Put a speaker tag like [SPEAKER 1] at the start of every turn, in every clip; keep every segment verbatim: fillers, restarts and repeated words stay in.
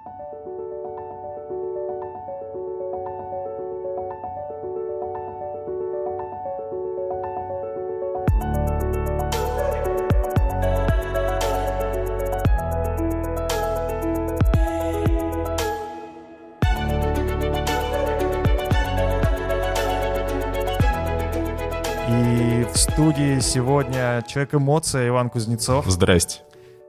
[SPEAKER 1] И в студии сегодня человек-эмоция Иван Кузнецов.
[SPEAKER 2] Здрасте.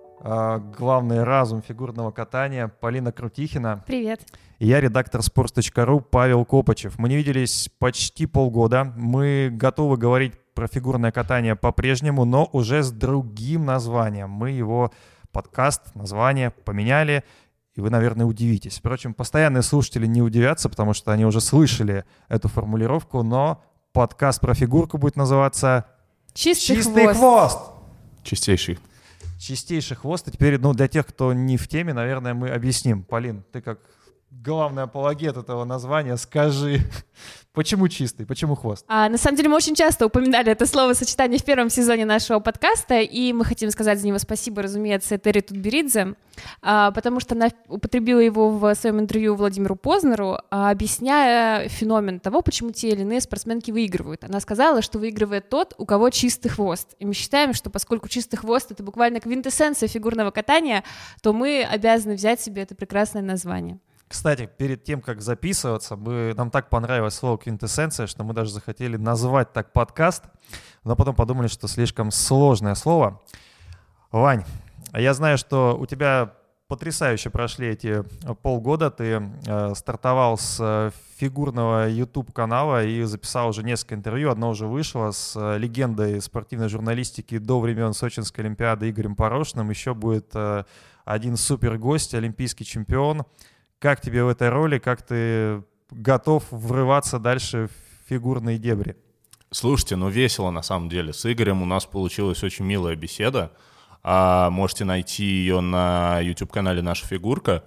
[SPEAKER 1] Главный разум фигурного катания Полина Крутихина.
[SPEAKER 3] Привет.
[SPEAKER 1] И я, редактор sports точка ru Павел Копачев. Мы не виделись почти полгода. Мы готовы говорить про фигурное катание по-прежнему, но уже с другим названием. Мы его подкаст, название поменяли, и вы, наверное, удивитесь. Впрочем, постоянные слушатели не удивятся, потому что они уже слышали эту формулировку, но подкаст про фигурку будет называться
[SPEAKER 3] «Чистый,
[SPEAKER 1] Чистый
[SPEAKER 3] хвост».
[SPEAKER 1] хвост».
[SPEAKER 2] Чистейший.
[SPEAKER 1] Чистейший хвост. И теперь, ну, для тех, кто не в теме, наверное, мы объясним. Полин, ты как главный апологет этого названия, скажи, почему чистый, почему хвост?
[SPEAKER 3] А, на самом деле мы очень часто упоминали это словосочетание в первом сезоне нашего подкаста, и мы хотим сказать за него спасибо, разумеется, Этери Тутберидзе, а, потому что она употребила его в своем интервью Владимиру Познеру, а, объясняя феномен того, почему те или иные спортсменки выигрывают. Она сказала, что выигрывает тот, у кого чистый хвост. И мы считаем, что поскольку чистый хвост — это буквально квинтэссенция фигурного катания, то мы обязаны взять себе это прекрасное название.
[SPEAKER 1] Кстати, перед тем, как записываться, мы, нам так понравилось слово «квинтэссенция», что мы даже захотели назвать так подкаст, но потом подумали, что слишком сложное слово. Вань, я знаю, что у тебя потрясающе прошли эти полгода. Ты э, стартовал с фигурного YouTube-канала и записал уже несколько интервью. Одно уже вышло с легендой спортивной журналистики до времен Сочинской Олимпиады Игорем Порошиным. Еще будет э, один супергость, олимпийский чемпион. Как тебе в этой роли? Как ты готов врываться дальше в фигурные дебри?
[SPEAKER 2] Слушайте, ну весело на самом деле. С Игорем у нас получилась очень милая беседа. А, можете найти ее на YouTube-канале «Наша фигурка».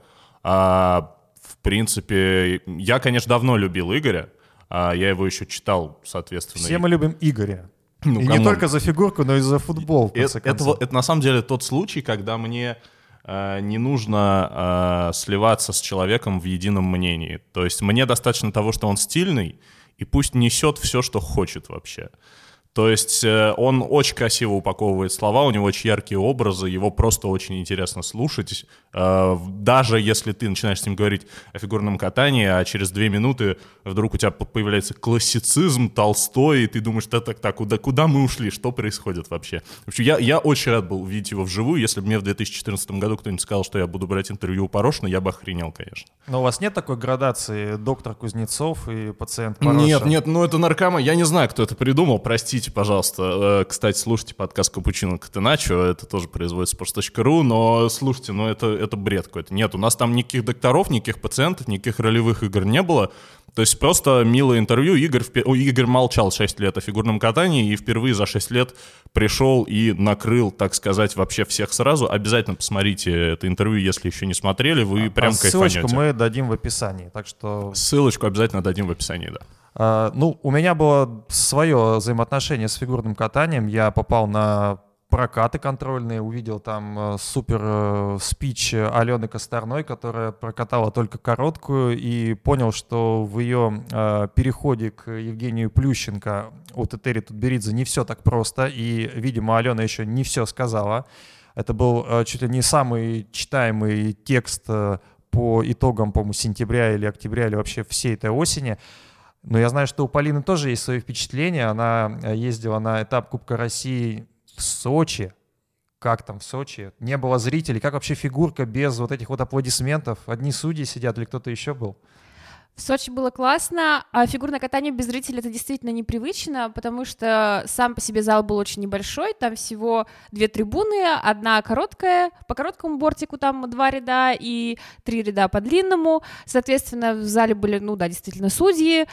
[SPEAKER 2] А, в принципе, я, конечно, давно любил Игоря. А, я его еще читал, соответственно.
[SPEAKER 1] Все мы любим Игоря.
[SPEAKER 2] Ну,
[SPEAKER 1] и
[SPEAKER 2] камон.
[SPEAKER 1] не только за фигурку, но и за футбол, в конце
[SPEAKER 2] это,
[SPEAKER 1] концов.
[SPEAKER 2] это, это на самом деле тот случай, когда мне э, не нужно э, сливаться с человеком в едином мнении. То есть мне достаточно того, что он стильный, и пусть несет все, что хочет вообще. То есть э, он очень красиво упаковывает слова, у него очень яркие образы, его просто очень интересно слушать. Э, даже если ты начинаешь с ним говорить о фигурном катании, а через две минуты вдруг у тебя появляется классицизм, Толстой, и ты думаешь, так, так, так, куда, куда мы ушли, что происходит вообще? В общем, я, я очень рад был увидеть его вживую. Если бы мне в две тысячи четырнадцатом году кто-нибудь сказал, что я буду брать интервью у Порошина, я бы охренел, конечно.
[SPEAKER 1] Но у вас нет такой градации доктор Кузнецов и пациент Порошин?
[SPEAKER 2] Нет, нет, ну это наркома. Я не знаю, кто это придумал, простите, пожалуйста. Кстати, слушайте подкаст «Капучино Катеначо», это тоже производится sports точка ru, но слушайте, ну это, это бред какой-то. Нет, у нас там никаких докторов, никаких пациентов, никаких ролевых игр не было. То есть просто милое интервью. Игорь, Игорь молчал шесть лет о фигурном катании и впервые за шесть лет пришел и накрыл, так сказать, вообще всех сразу. Обязательно посмотрите это интервью, если еще не смотрели, вы
[SPEAKER 1] а,
[SPEAKER 2] прям
[SPEAKER 1] а
[SPEAKER 2] кайфанете.
[SPEAKER 1] Ссылочку мы дадим в описании, так что...
[SPEAKER 2] Ссылочку обязательно дадим в описании, да.
[SPEAKER 1] Uh, ну, у меня было свое взаимоотношение с фигурным катанием. Я попал на прокаты контрольные, увидел там uh, супер uh, спич Алены Косторной, которая прокатала только короткую, и понял, что в ее uh, переходе к Евгению Плющенко от Этери Тутберидзе не все так просто, и, видимо, Алена еще не все сказала. Это был uh, чуть ли не самый читаемый текст uh, по итогам, по-моему, сентября или октября, или вообще всей этой осени. Но я знаю, что у Полины тоже есть свои впечатления. Она ездила на этап Кубка России в Сочи. Как там в Сочи? Не было зрителей. Как вообще фигурка без вот этих вот аплодисментов? Одни судьи сидят или кто-то еще был?
[SPEAKER 3] В Сочи было классно, а фигурное катание без зрителей — это действительно непривычно, потому что сам по себе зал был очень небольшой, там всего две трибуны, одна короткая, по короткому бортику там два ряда и три ряда по длинному, соответственно, в зале были, ну да, действительно судьи,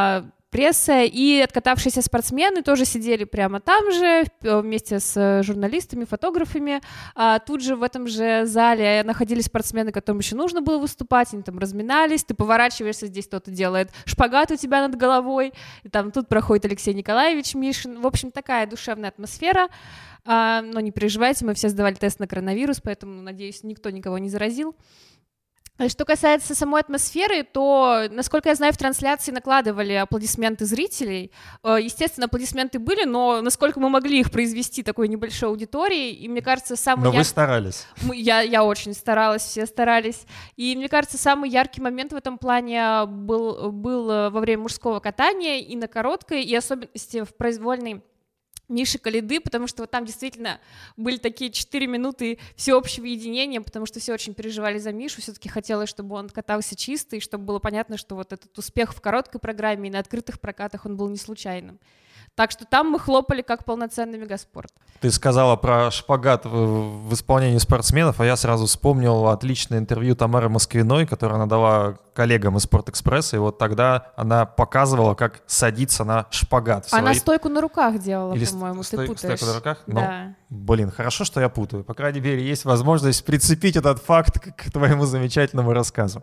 [SPEAKER 3] пресса и откатавшиеся спортсмены тоже сидели прямо там же вместе с журналистами, фотографами. А тут же в этом же зале находились спортсмены, которым еще нужно было выступать, они там разминались, ты поворачиваешься, здесь кто-то делает шпагат у тебя над головой, и там тут проходит Алексей Николаевич Мишин. В общем, такая душевная атмосфера. А, но не переживайте, мы все сдавали тест на коронавирус, поэтому, надеюсь, никто никого не заразил. Что касается самой атмосферы, то, насколько я знаю, в трансляции накладывали аплодисменты зрителей. Естественно, аплодисменты были, но насколько мы могли их произвести такой небольшой аудиторией, и мне кажется, самый...
[SPEAKER 1] Но
[SPEAKER 3] яр...
[SPEAKER 1] вы старались.
[SPEAKER 3] Я, я очень старалась, все старались. И мне кажется, самый яркий момент в этом плане был, был во время мужского катания и на короткой, и особенности в произвольной Миши Коляды, потому что вот там действительно были такие четыре минуты всеобщего единения, потому что все очень переживали за Мишу, все-таки хотелось, чтобы он катался чисто, и чтобы было понятно, что вот этот успех в короткой программе и на открытых прокатах, он был не случайным. Так что там мы хлопали как полноценный мегаспорт.
[SPEAKER 1] Ты сказала про шпагат в, в исполнении спортсменов, а я сразу вспомнил отличное интервью Тамары Москвиной, которое она дала коллегам из Спортэкспресса, и вот тогда она показывала, как садиться на шпагат. В
[SPEAKER 3] Она
[SPEAKER 1] своей...
[SPEAKER 3] стойку на руках делала,
[SPEAKER 1] Или
[SPEAKER 3] по-моему,
[SPEAKER 1] стой...
[SPEAKER 3] ты путаешь.
[SPEAKER 1] Стойку на руках?
[SPEAKER 3] Да.
[SPEAKER 1] Ну, блин, хорошо, что я путаю. По крайней мере, есть возможность прицепить этот факт к твоему замечательному рассказу.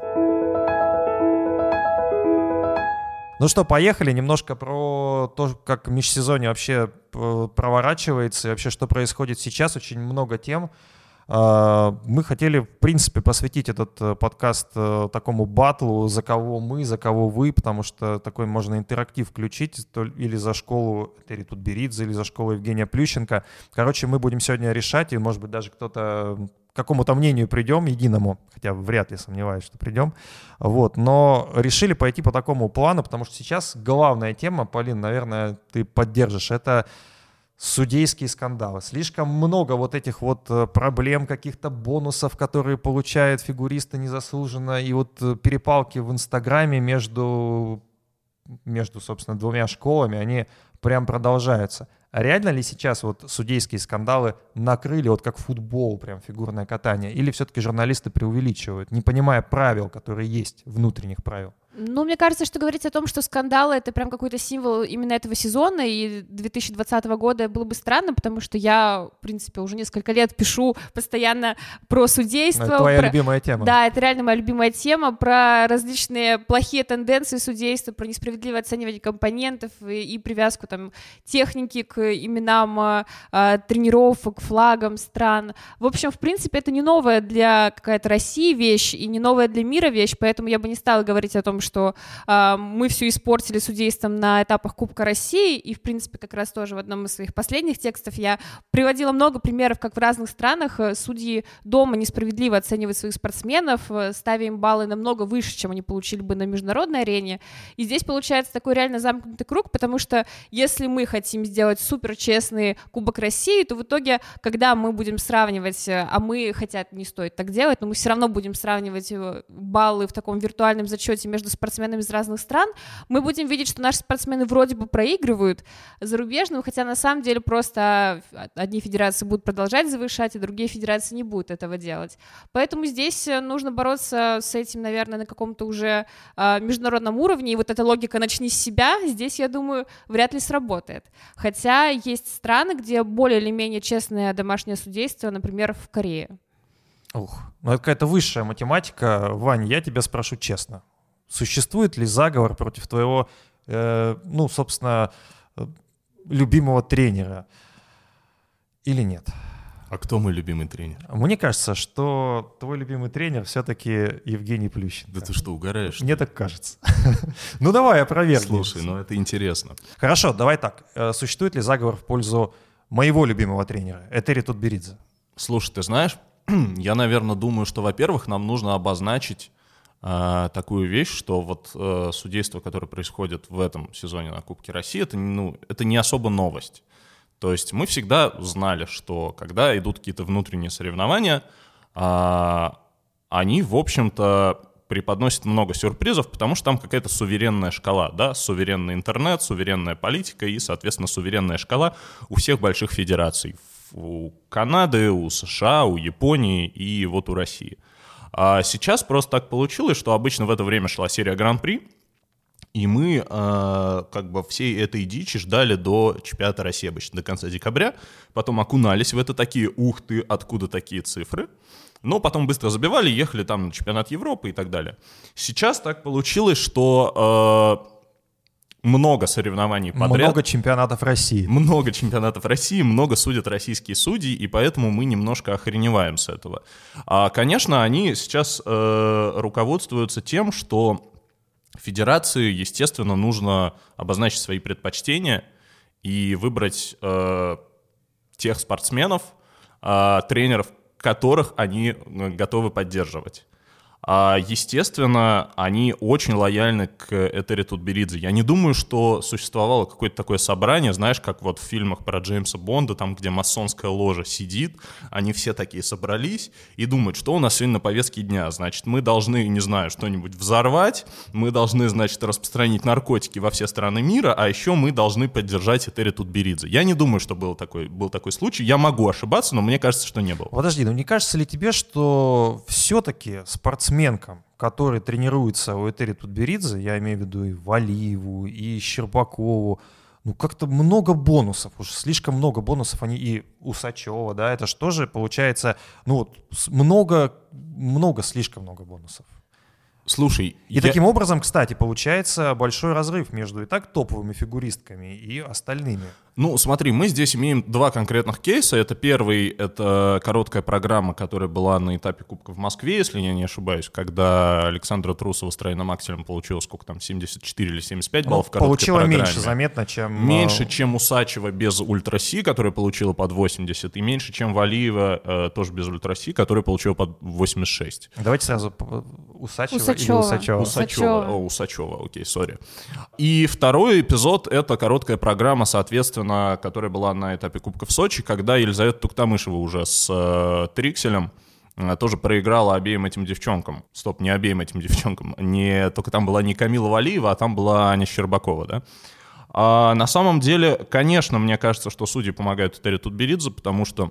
[SPEAKER 1] Ну что, поехали немножко про то, как межсезонье вообще проворачивается и вообще что происходит сейчас. Очень много тем. Мы хотели, в принципе, посвятить этот подкаст такому батлу, за кого мы, за кого вы, потому что такой можно интерактив включить, или за школу Этери Тутберидзе, или за школу Евгения Плющенко. Короче, мы будем сегодня решать, и, может быть, даже кто-то к какому-то мнению придем, единому, хотя вряд ли сомневаюсь, что придем, вот, но решили пойти по такому плану, потому что сейчас главная тема, Полин, наверное, ты поддержишь, это судейские скандалы. Слишком много вот этих вот проблем, каких-то бонусов, которые получают фигуристы незаслуженно, и вот перепалки в Инстаграме между, между, собственно, двумя школами, они прям продолжаются. А реально ли сейчас вот судейские скандалы накрыли, вот как футбол, прям фигурное катание, или все-таки журналисты преувеличивают, не понимая правил, которые есть, внутренних правил?
[SPEAKER 3] Ну, мне кажется, что говорить о том, что скандалы — это прям какой-то символ именно этого сезона и две тысячи двадцатого года было бы странно, потому что я, в принципе, уже несколько лет пишу постоянно про судейство.
[SPEAKER 1] Это твоя
[SPEAKER 3] про...
[SPEAKER 1] любимая тема.
[SPEAKER 3] Да, это реально моя любимая тема, про различные плохие тенденции судейства, про несправедливое оценивание компонентов и, и привязку там техники к именам а, тренеров, к флагам стран. В общем, в принципе, это не новая для какая-то России вещь и не новая для мира вещь, поэтому я бы не стала говорить о том, что э, мы все испортили судейством на этапах Кубка России, и, в принципе, как раз тоже в одном из своих последних текстов я приводила много примеров, как в разных странах судьи дома несправедливо оценивают своих спортсменов, ставя им баллы намного выше, чем они получили бы на международной арене. И здесь получается такой реально замкнутый круг, потому что если мы хотим сделать суперчестный Кубок России, то в итоге, когда мы будем сравнивать, а мы, хотя не стоит так делать, но мы все равно будем сравнивать баллы в таком виртуальном зачете между спортсменами из разных стран, мы будем видеть, что наши спортсмены вроде бы проигрывают зарубежным, хотя на самом деле просто одни федерации будут продолжать завышать, а другие федерации не будут этого делать. Поэтому здесь нужно бороться с этим, наверное, на каком-то уже э, международном уровне, и вот эта логика «начни с себя» здесь, я думаю, вряд ли сработает. Хотя есть страны, где более или менее честное домашнее судейство, например, в Корее.
[SPEAKER 1] Ух, ну это какая-то высшая математика. Вань, я тебя спрошу честно. Существует ли заговор против твоего, э, ну, собственно, любимого тренера или нет?
[SPEAKER 2] А кто мой любимый тренер?
[SPEAKER 1] Мне кажется, что твой любимый тренер все-таки Евгений Плющенко.
[SPEAKER 2] Да ты что, угораешь?
[SPEAKER 1] Мне так кажется. Ну давай, опровергни.
[SPEAKER 2] Слушай, ну это интересно.
[SPEAKER 1] Хорошо, давай так. Существует ли заговор в пользу моего любимого тренера, Этери Тутберидзе?
[SPEAKER 2] Слушай, ты знаешь, я, наверное, думаю, что, во-первых, нам нужно обозначить э, такую вещь, что вот э, судейство, которое происходит в этом сезоне на Кубке России, это, ну, это не особо новость. То есть мы всегда знали, что когда идут какие-то внутренние соревнования, э, они, в общем-то, преподносят много сюрпризов, потому что там какая-то суверенная шкала, да, суверенный интернет, суверенная политика и, соответственно, суверенная шкала у всех больших федераций. У Канады, у США, у Японии и вот у России. А сейчас просто так получилось, что обычно в это время шла серия Гран-при, и мы э, как бы всей этой дичи ждали до чемпионата России обычно, до конца декабря, потом окунались в это такие, ух ты, откуда такие цифры, но потом быстро забивали, ехали там на чемпионат Европы и так далее. Сейчас так получилось, что... Э, много соревнований подряд.
[SPEAKER 1] Много чемпионатов России.
[SPEAKER 2] Много чемпионатов России, много судят российские судьи, и поэтому мы немножко охреневаем с этого. А, конечно, они сейчас э, руководствуются тем, что федерации, естественно, нужно обозначить свои предпочтения и выбрать э, тех спортсменов, э, тренеров, которых они готовы поддерживать. А, естественно, они очень лояльны к Этери Тутберидзе. Я не думаю, что существовало какое-то такое собрание, знаешь, как вот в фильмах про Джеймса Бонда, там, где масонская ложа сидит, они все такие собрались и думают, что у нас сегодня на повестке дня. Значит, мы должны, не знаю, что-нибудь взорвать, мы должны, значит, распространить наркотики во все страны мира, а еще мы должны поддержать Этери Тутберидзе. Я не думаю, что был такой, был такой случай. Я могу ошибаться, но мне кажется, что не было.
[SPEAKER 1] Подожди, ну не кажется ли тебе, что все-таки спортсмены, которые тренируются у Этери Тутберидзе, я имею в виду и Валиеву, и Щербакову, ну как-то много бонусов, уж слишком много бонусов, они и Усачева, да, это же тоже получается, ну вот много, много, слишком много бонусов.
[SPEAKER 2] Слушай,
[SPEAKER 1] и
[SPEAKER 2] я...
[SPEAKER 1] таким образом, кстати, получается большой разрыв между и так топовыми фигуристками и остальными.
[SPEAKER 2] Ну, смотри, мы здесь имеем два конкретных кейса. Это первый, это короткая программа, которая была на этапе Кубка в Москве, если я не ошибаюсь, когда Александра Трусова с тройным акселем получила сколько там, семьдесят четыре или семьдесят пять баллов, ну, в короткой
[SPEAKER 1] получила
[SPEAKER 2] программе.
[SPEAKER 1] Меньше заметно, чем...
[SPEAKER 2] Меньше, чем Усачева без ультра-си, которая получила под восемьдесят, и меньше, чем Валиева, э, тоже без ультра-си, которая получила под восемьдесят шесть.
[SPEAKER 1] Давайте сразу Усачева,
[SPEAKER 3] Усачева.
[SPEAKER 1] или Усачева?
[SPEAKER 2] Усачева. О, Усачева, окей, сори. И второй эпизод — это короткая программа, соответственно, которая была на этапе Кубка в Сочи, когда Елизавета Туктамышева уже с э, Трикселем э, тоже проиграла обеим этим девчонкам. Стоп, не обеим этим девчонкам. Не, только там была не Камила Валиева, а там была Аня Щербакова, да? А на самом деле, конечно, мне кажется, что судьи помогают Этери Тутберидзе, потому что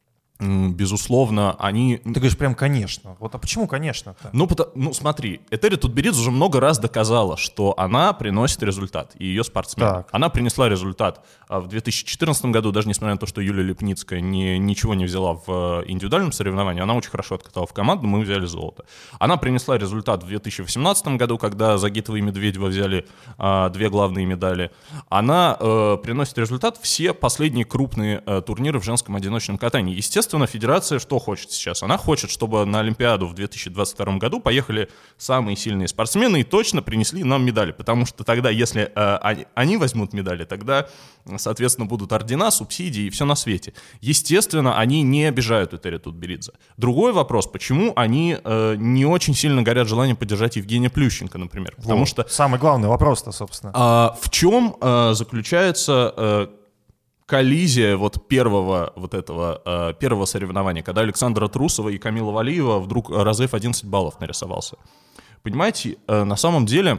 [SPEAKER 2] безусловно, они...
[SPEAKER 1] Ты говоришь прям «конечно». Вот а почему «конечно»-то?
[SPEAKER 2] Ну, потому, ну смотри, Этери Тутберидзе уже много раз доказала, что она приносит результат, и ее спортсмен.
[SPEAKER 1] Так.
[SPEAKER 2] Она принесла результат в две тысячи четырнадцатом году, даже несмотря на то, что Юлия Липницкая не, ничего не взяла в индивидуальном соревновании, она очень хорошо откатала в команду, мы взяли золото. Она принесла результат в две тысячи восемнадцатом году, когда Загитова и Медведева взяли а, две главные медали. Она а, приносит результат все последние крупные а, турниры в женском одиночном катании. Естественно, Естественно, федерация что хочет сейчас? Она хочет, чтобы на Олимпиаду в две тысячи двадцать втором году поехали самые сильные спортсмены и точно принесли нам медали, потому что тогда, если э, они, они возьмут медали, тогда, соответственно, будут ордена, субсидии и все на свете. Естественно, они не обижают Этери Тутберидзе. Другой вопрос, почему они э, не очень сильно горят желанием поддержать Евгения Плющенко, например, потому
[SPEAKER 1] вот.
[SPEAKER 2] что...
[SPEAKER 1] Самый главный вопрос-то, собственно.
[SPEAKER 2] А, в чем э, заключается... Э, коллизия вот первого вот этого э, первого соревнования, когда Александра Трусова и Камила Валиева вдруг разрыв одиннадцать баллов нарисовался. Понимаете, э, на самом деле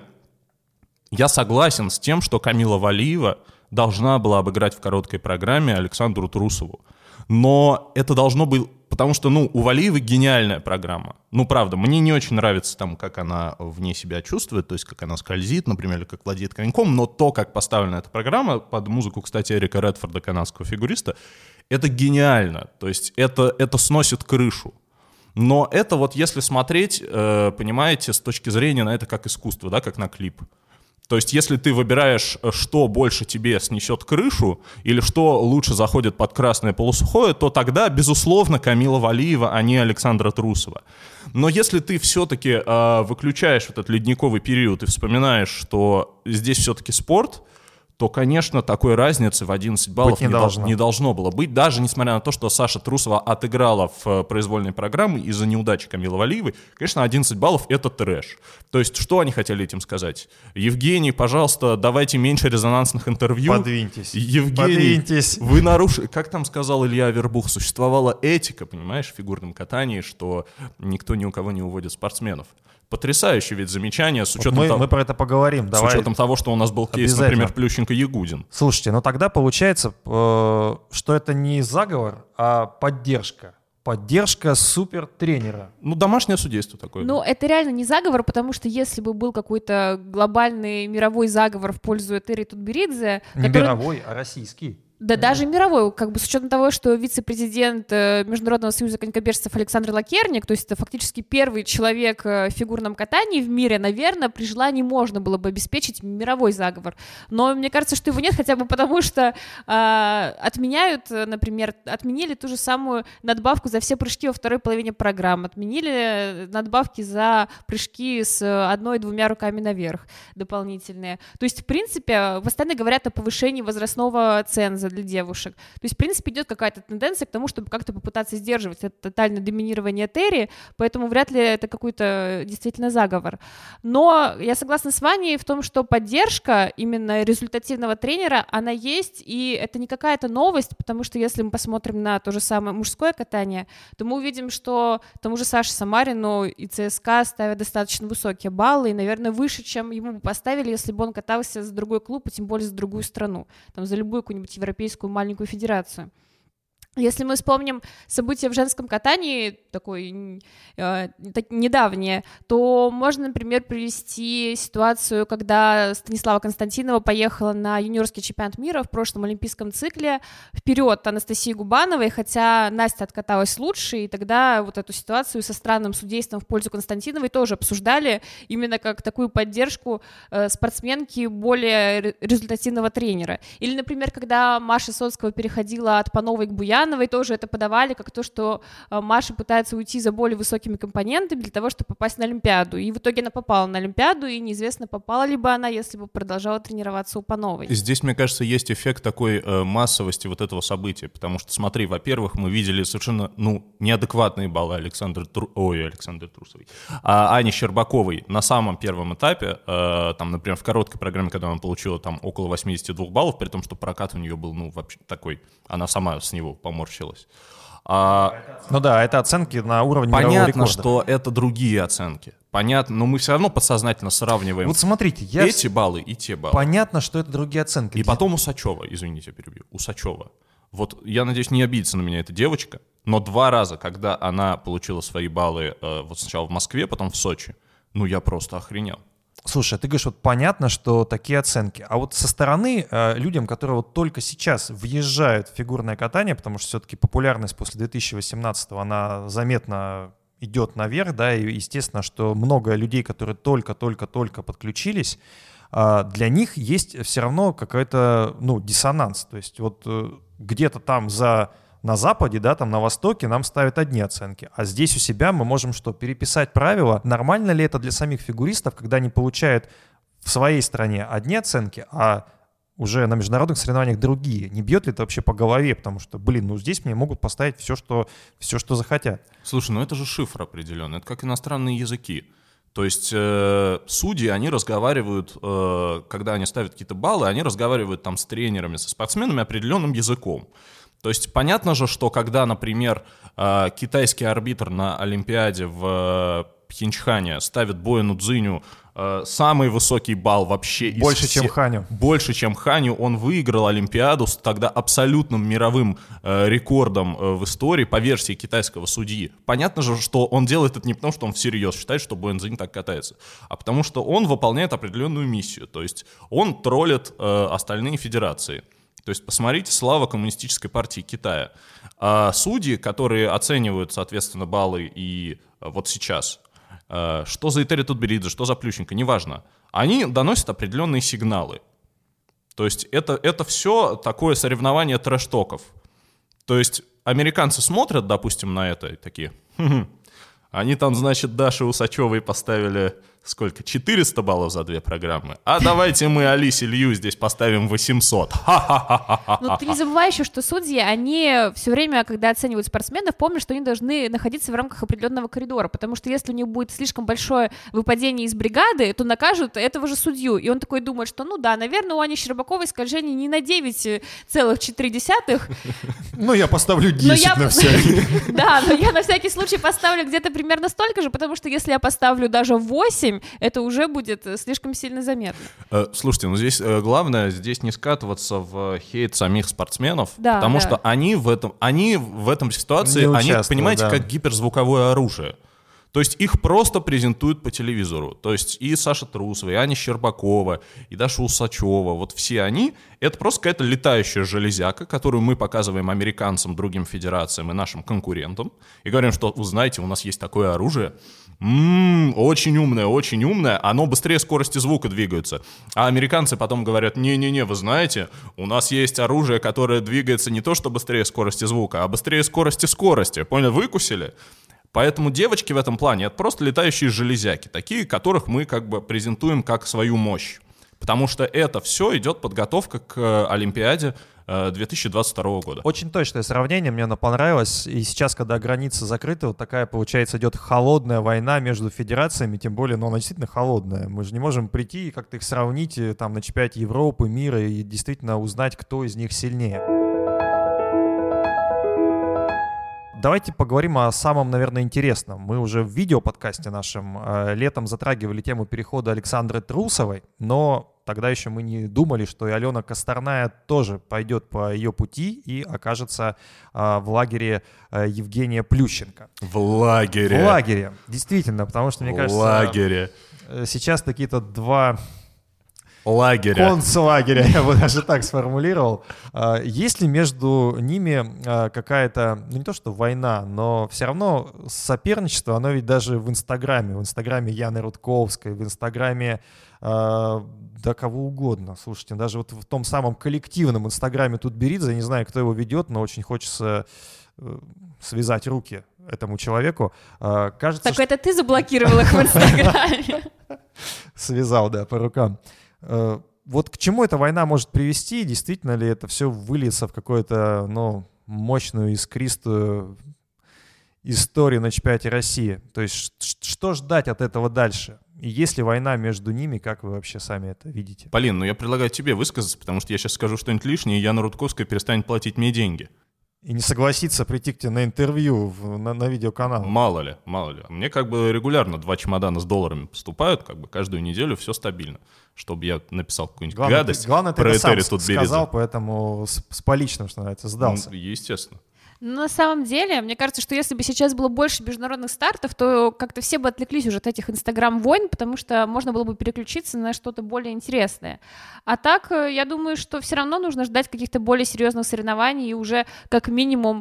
[SPEAKER 2] я согласен с тем, что Камила Валиева должна была обыграть в короткой программе Александру Трусову. Но это должно быть... Потому что, ну, у Валиевой гениальная программа. Ну, правда, мне не очень нравится там, как она вне себя чувствует, то есть как она скользит, например, или как владеет коньком, но то, как поставлена эта программа, под музыку, кстати, Эрика Редфорда, канадского фигуриста, это гениально. То есть это, это сносит крышу. Но это вот если смотреть, э, понимаете, с точки зрения на это как искусство, да, как на клип. То есть если ты выбираешь, что больше тебе снесет крышу, или что лучше заходит под красное полусухое, то тогда, безусловно, Камила Валиева, а не Александра Трусова. Но если ты все-таки э, выключаешь этот ледниковый период и вспоминаешь, что здесь все-таки спорт, то, конечно, такой разницы в одиннадцать баллов
[SPEAKER 1] не,
[SPEAKER 2] не,
[SPEAKER 1] должно.
[SPEAKER 2] Дол- не должно было быть, даже несмотря на то, что Саша Трусова отыграла в произвольной программе из-за неудачи Камилы Валиевой. Конечно, одиннадцать баллов — это трэш. То есть, что они хотели этим сказать? Евгений, пожалуйста, давайте меньше резонансных интервью.
[SPEAKER 1] Подвиньтесь.
[SPEAKER 2] Евгений,
[SPEAKER 1] Подвиньтесь.
[SPEAKER 2] Вы нарушили... Как там сказал Илья Авербух, существовала этика, понимаешь, в фигурном катании, что никто ни у кого не уводит спортсменов. Потрясающее ведь замечание с учетом,
[SPEAKER 1] вот мы,
[SPEAKER 2] того,
[SPEAKER 1] мы про это поговорим.
[SPEAKER 2] с
[SPEAKER 1] Давай.
[SPEAKER 2] учетом того, что у нас был кейс, например, Плющенко-Ягудин.
[SPEAKER 1] Слушайте, ну тогда получается, э, что это не заговор, а поддержка. Поддержка супертренера.
[SPEAKER 2] Ну, домашнее судейство такое.
[SPEAKER 3] Ну, это реально не заговор, потому что если бы был какой-то глобальный мировой заговор в пользу Этери Тутберидзе...
[SPEAKER 1] Не
[SPEAKER 3] который...
[SPEAKER 1] мировой, а российский.
[SPEAKER 3] Да, mm. даже мировой, как бы с учетом того, что вице-президент Международного союза конькобежцев Александр Лакерник, то есть это фактически первый человек в фигурном катании в мире, наверное, при желании можно было бы обеспечить мировой заговор. Но мне кажется, что его нет, хотя бы потому, что э, отменяют, например, отменили ту же самую надбавку за все прыжки во второй половине программы, отменили надбавки за прыжки с одной-двумя руками наверх дополнительные. То есть, в принципе, постоянно говорят о повышении возрастного ценза для девушек. То есть, в принципе, идет какая-то тенденция к тому, чтобы как-то попытаться сдерживать это тотальное доминирование Терри, поэтому вряд ли это какой-то действительно заговор. Но я согласна с Ваней в том, что поддержка именно результативного тренера, она есть, и это не какая-то новость, потому что если мы посмотрим на то же самое мужское катание, то мы увидим, что тому же Саше Самарину и ЦСКА ставят достаточно высокие баллы, и, наверное, выше, чем ему бы поставили, если бы он катался за другой клуб, и тем более за другую страну, там, за любую какую-нибудь европейскую маленькую федерацию. Если мы вспомним события в женском катании, такое э, недавнее, то можно, например, привести ситуацию, когда Станислава Константинова поехала на юниорский чемпионат мира в прошлом олимпийском цикле вперед Анастасии Губановой, хотя Настя откаталась лучше, и тогда вот эту ситуацию со странным судейством в пользу Константиновой тоже обсуждали именно как такую поддержку э, спортсменки более результативного тренера. Или, например, когда Маша Соцкого переходила от Пановой к Буяновой, тоже это подавали как то, что Маша пытается уйти за более высокими компонентами для того, чтобы попасть на Олимпиаду. И в итоге она попала на Олимпиаду, и неизвестно, попала ли бы она, если бы продолжала тренироваться у Пановой.
[SPEAKER 2] Здесь, мне кажется, есть эффект такой э, массовости вот этого события, потому что, смотри, во-первых, мы видели совершенно, ну, неадекватные баллы Александры Тур... Ой, Александры Трусовой, а Ани Щербаковой на самом первом этапе, э, там, например, в короткой программе, когда она получила там около восемьдесят два баллов, при том, что прокат у нее был, ну, вообще такой, она сама с него поморщилась. А,
[SPEAKER 1] ну да, это оценки на уровне мирового рекорда.
[SPEAKER 2] Понятно, что это другие оценки. Понятно, но мы все равно подсознательно сравниваем
[SPEAKER 1] вот смотрите, я
[SPEAKER 2] эти баллы и те баллы.
[SPEAKER 1] Понятно, что это другие оценки.
[SPEAKER 2] И потом Усачева, извините, перебью, Усачева. Вот я надеюсь, не обидится на меня эта девочка, но два раза, когда она получила свои баллы, э, вот сначала в Москве, потом в Сочи, ну я просто охренел.
[SPEAKER 1] Слушай, ты говоришь, вот понятно, что такие оценки. А вот со стороны э, людям, которые вот только сейчас въезжают в фигурное катание, потому что все-таки популярность после две тысячи восемнадцатого, она заметно идет наверх, да, и естественно, что много людей, которые только-только-только подключились, э, для них есть все равно какой-то, ну, диссонанс. То есть вот э, где-то там за... На Западе, да, там на Востоке нам ставят одни оценки, а здесь у себя мы можем что, переписать правила? Нормально ли это для самих фигуристов, когда они получают в своей стране одни оценки, а уже на международных соревнованиях другие? Не бьет ли это вообще по голове? Потому что, блин, ну здесь мне могут поставить все, что, все, что захотят.
[SPEAKER 2] Слушай, ну это же шифр определенный, это как иностранные языки. То есть э, судьи, они разговаривают, э, когда они ставят какие-то баллы, они разговаривают там с тренерами, со спортсменами определенным языком. То есть понятно же, что когда, например, э, китайский арбитр на Олимпиаде в э, Пхенчхане ставит Бояну Цзиню э, самый высокий балл вообще из
[SPEAKER 1] больше,
[SPEAKER 2] всех,
[SPEAKER 1] чем Ханю.
[SPEAKER 2] Больше, чем Ханю, он выиграл Олимпиаду с тогда абсолютным мировым э, рекордом э, в истории по версии китайского судьи. Понятно же, что он делает это не потому, что он всерьез считает, что Боян Цзинь так катается, а потому что он выполняет определенную миссию. То есть он троллит э, остальные федерации. То есть посмотрите, слава Коммунистической партии Китая. А судьи, которые оценивают, соответственно, баллы и вот сейчас, что за Этери Тутберидзе, что за Плющенко, неважно, они доносят определенные сигналы. То есть это, это все такое соревнование трэш-токов. То есть американцы смотрят, допустим, на это и такие, хм-хм. Они там, значит, Даше Усачевой поставили сколько? четыреста баллов за две программы. А давайте мы Алисе Лью здесь поставим восемьсот.
[SPEAKER 3] Но ты не забывай еще, что судьи, они все время, когда оценивают спортсменов, помнят, что они должны находиться в рамках определенного коридора, потому что если у них будет слишком большое выпадение из бригады, то накажут этого же судью. И он такой думает, что, ну да, наверное, у Ани Щербаковой скольжение не на девять целых четыре десятых.
[SPEAKER 1] Ну, я поставлю десять на всякий.
[SPEAKER 3] Да, но я на всякий случай поставлю где-то примерно столько же, потому что если я поставлю даже восемь, это уже будет слишком сильно заметно.
[SPEAKER 2] Слушайте, ну здесь главное здесь не скатываться в хейт самих спортсменов,
[SPEAKER 3] да,
[SPEAKER 2] потому
[SPEAKER 3] да.
[SPEAKER 2] что они в этом, они в этом ситуации, они, понимаете, да. как гиперзвуковое оружие. То есть их просто презентуют по телевизору. То есть и Саша Трусова, и Аня Щербакова, и Даша Усачева, вот все они, это просто какая-то летающая железяка, которую мы показываем американцам, другим федерациям и нашим конкурентам. И говорим, что, вы знаете, у нас есть такое оружие, М-м, очень умное, очень умное, оно быстрее скорости звука двигается. А американцы потом говорят, не-не-не, вы знаете, у нас есть оружие, которое двигается не то, что быстрее скорости звука, а быстрее скорости скорости. Понял, выкусили? Поэтому девочки в этом плане — это просто летающие железяки, такие, которых мы как бы презентуем как свою мощь. Потому что это все идет подготовка к Олимпиаде две тысячи двадцать второго года.
[SPEAKER 1] Очень точное сравнение, мне оно понравилось. И сейчас, когда границы закрыты, вот такая, получается, идет холодная война между федерациями, тем более, ну, она действительно холодная. Мы же не можем прийти и как-то их сравнить там на чемпионате Европы, мира и действительно узнать, кто из них сильнее. Давайте поговорим о самом, наверное, интересном. Мы уже в видеоподкасте нашем э, летом затрагивали тему перехода Александры Трусовой, но тогда еще мы не думали, что и Алена Косторная тоже пойдет по ее пути и окажется э, в лагере э, Евгения Плющенко.
[SPEAKER 2] В лагере.
[SPEAKER 1] В лагере, действительно, потому что, мне
[SPEAKER 2] в
[SPEAKER 1] кажется,
[SPEAKER 2] лагере.
[SPEAKER 1] Э, сейчас какие-то два...
[SPEAKER 2] Лагеря.
[SPEAKER 1] Концлагеря, я бы даже так сформулировал. Есть ли между ними какая-то, ну не то что война, но все равно соперничество, оно ведь даже в Инстаграме, в Инстаграме Яны Рудковской, в Инстаграме да кого угодно. Слушайте, даже вот в том самом коллективном Инстаграме Тутберидзе, я не знаю, кто его ведет, но очень хочется связать руки этому человеку. Кажется,
[SPEAKER 3] так
[SPEAKER 1] что...
[SPEAKER 3] это ты заблокировал их в Инстаграме?
[SPEAKER 1] Связал, да, по рукам. Вот к чему эта война может привести? Действительно ли это все выльется в какую-то, ну, мощную, искристую историю на чемпионате России? То есть что ждать от этого дальше? И есть ли война между ними, как вы вообще сами это видите?
[SPEAKER 2] Полин, ну я предлагаю тебе высказаться, потому что я сейчас скажу что-нибудь лишнее, и Яна Рудковская перестанет платить мне деньги.
[SPEAKER 1] И не согласиться прийти к тебе на интервью в, на, на видеоканал.
[SPEAKER 2] Мало ли, мало ли. Мне как бы регулярно два чемодана с долларами поступают, как бы каждую неделю все стабильно. Чтобы я написал какую-нибудь
[SPEAKER 1] главное,
[SPEAKER 2] гадость
[SPEAKER 1] ты, главное,
[SPEAKER 2] про
[SPEAKER 1] ты это
[SPEAKER 2] Этери
[SPEAKER 1] сам
[SPEAKER 2] Тутберидзе.
[SPEAKER 1] Сказал, поэтому с, с поличным, что называется, сдался.
[SPEAKER 2] Ну, естественно.
[SPEAKER 3] Ну, на самом деле, мне кажется, что если бы сейчас было больше международных стартов, то как-то все бы отвлеклись уже от этих инстаграм-войн, потому что можно было бы переключиться на что-то более интересное. А так, я думаю, что все равно нужно ждать каких-то более серьезных соревнований, и уже как минимум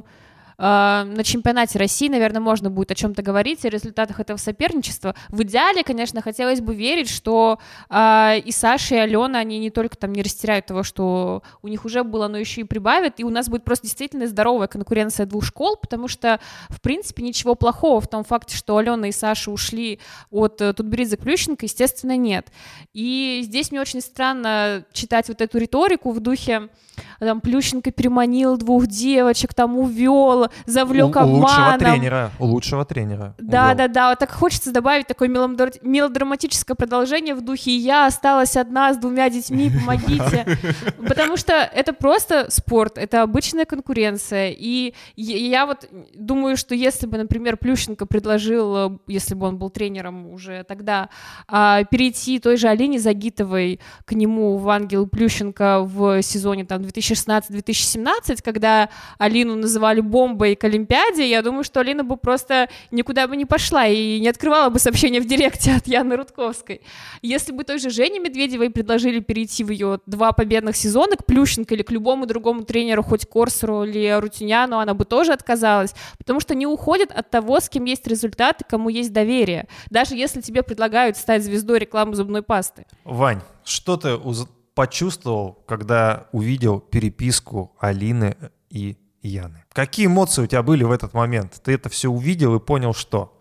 [SPEAKER 3] на чемпионате России, наверное, можно будет о чем-то говорить, о результатах этого соперничества. В идеале, конечно, хотелось бы верить, что э, и Саша, и Алена, они не только там не растеряют того, что у них уже было, но еще и прибавят, и у нас будет просто действительно здоровая конкуренция двух школ, потому что, в принципе, ничего плохого в том факте, что Алена и Саша ушли от uh, Тутберидзе к Плющенко, естественно, нет. И здесь мне очень странно читать вот эту риторику в духе там Плющенко переманил двух девочек, там увел, завлек
[SPEAKER 1] у,
[SPEAKER 3] обманом.
[SPEAKER 1] У лучшего тренера, у лучшего тренера.
[SPEAKER 3] Да, увел. да, да, вот так хочется добавить такое мелодраматическое продолжение в духе «Я осталась одна с двумя детьми, помогите». Потому что это просто спорт, это обычная конкуренция. И я вот думаю, что если бы, например, Плющенко предложил, если бы он был тренером уже тогда, перейти той же Алине Загитовой к нему в «Ангел Плющенко» в сезоне там две тысячи шестнадцатый - две тысячи семнадцатый, когда Алину называли бомбой к Олимпиаде, я думаю, что Алина бы просто никуда бы не пошла и не открывала бы сообщение в директе от Яны Рудковской. Если бы той же Жене Медведевой предложили перейти в ее два победных сезона к Плющенко или к любому другому тренеру, хоть Корсеру или Рутюняну, она бы тоже отказалась, потому что не уходит от того, с кем есть результат и кому есть доверие, даже если тебе предлагают стать звездой рекламы зубной пасты.
[SPEAKER 1] Вань, что ты уз... почувствовал, когда увидел переписку Алины и Яны? Какие эмоции у тебя были в этот момент? Ты это все увидел и понял, что?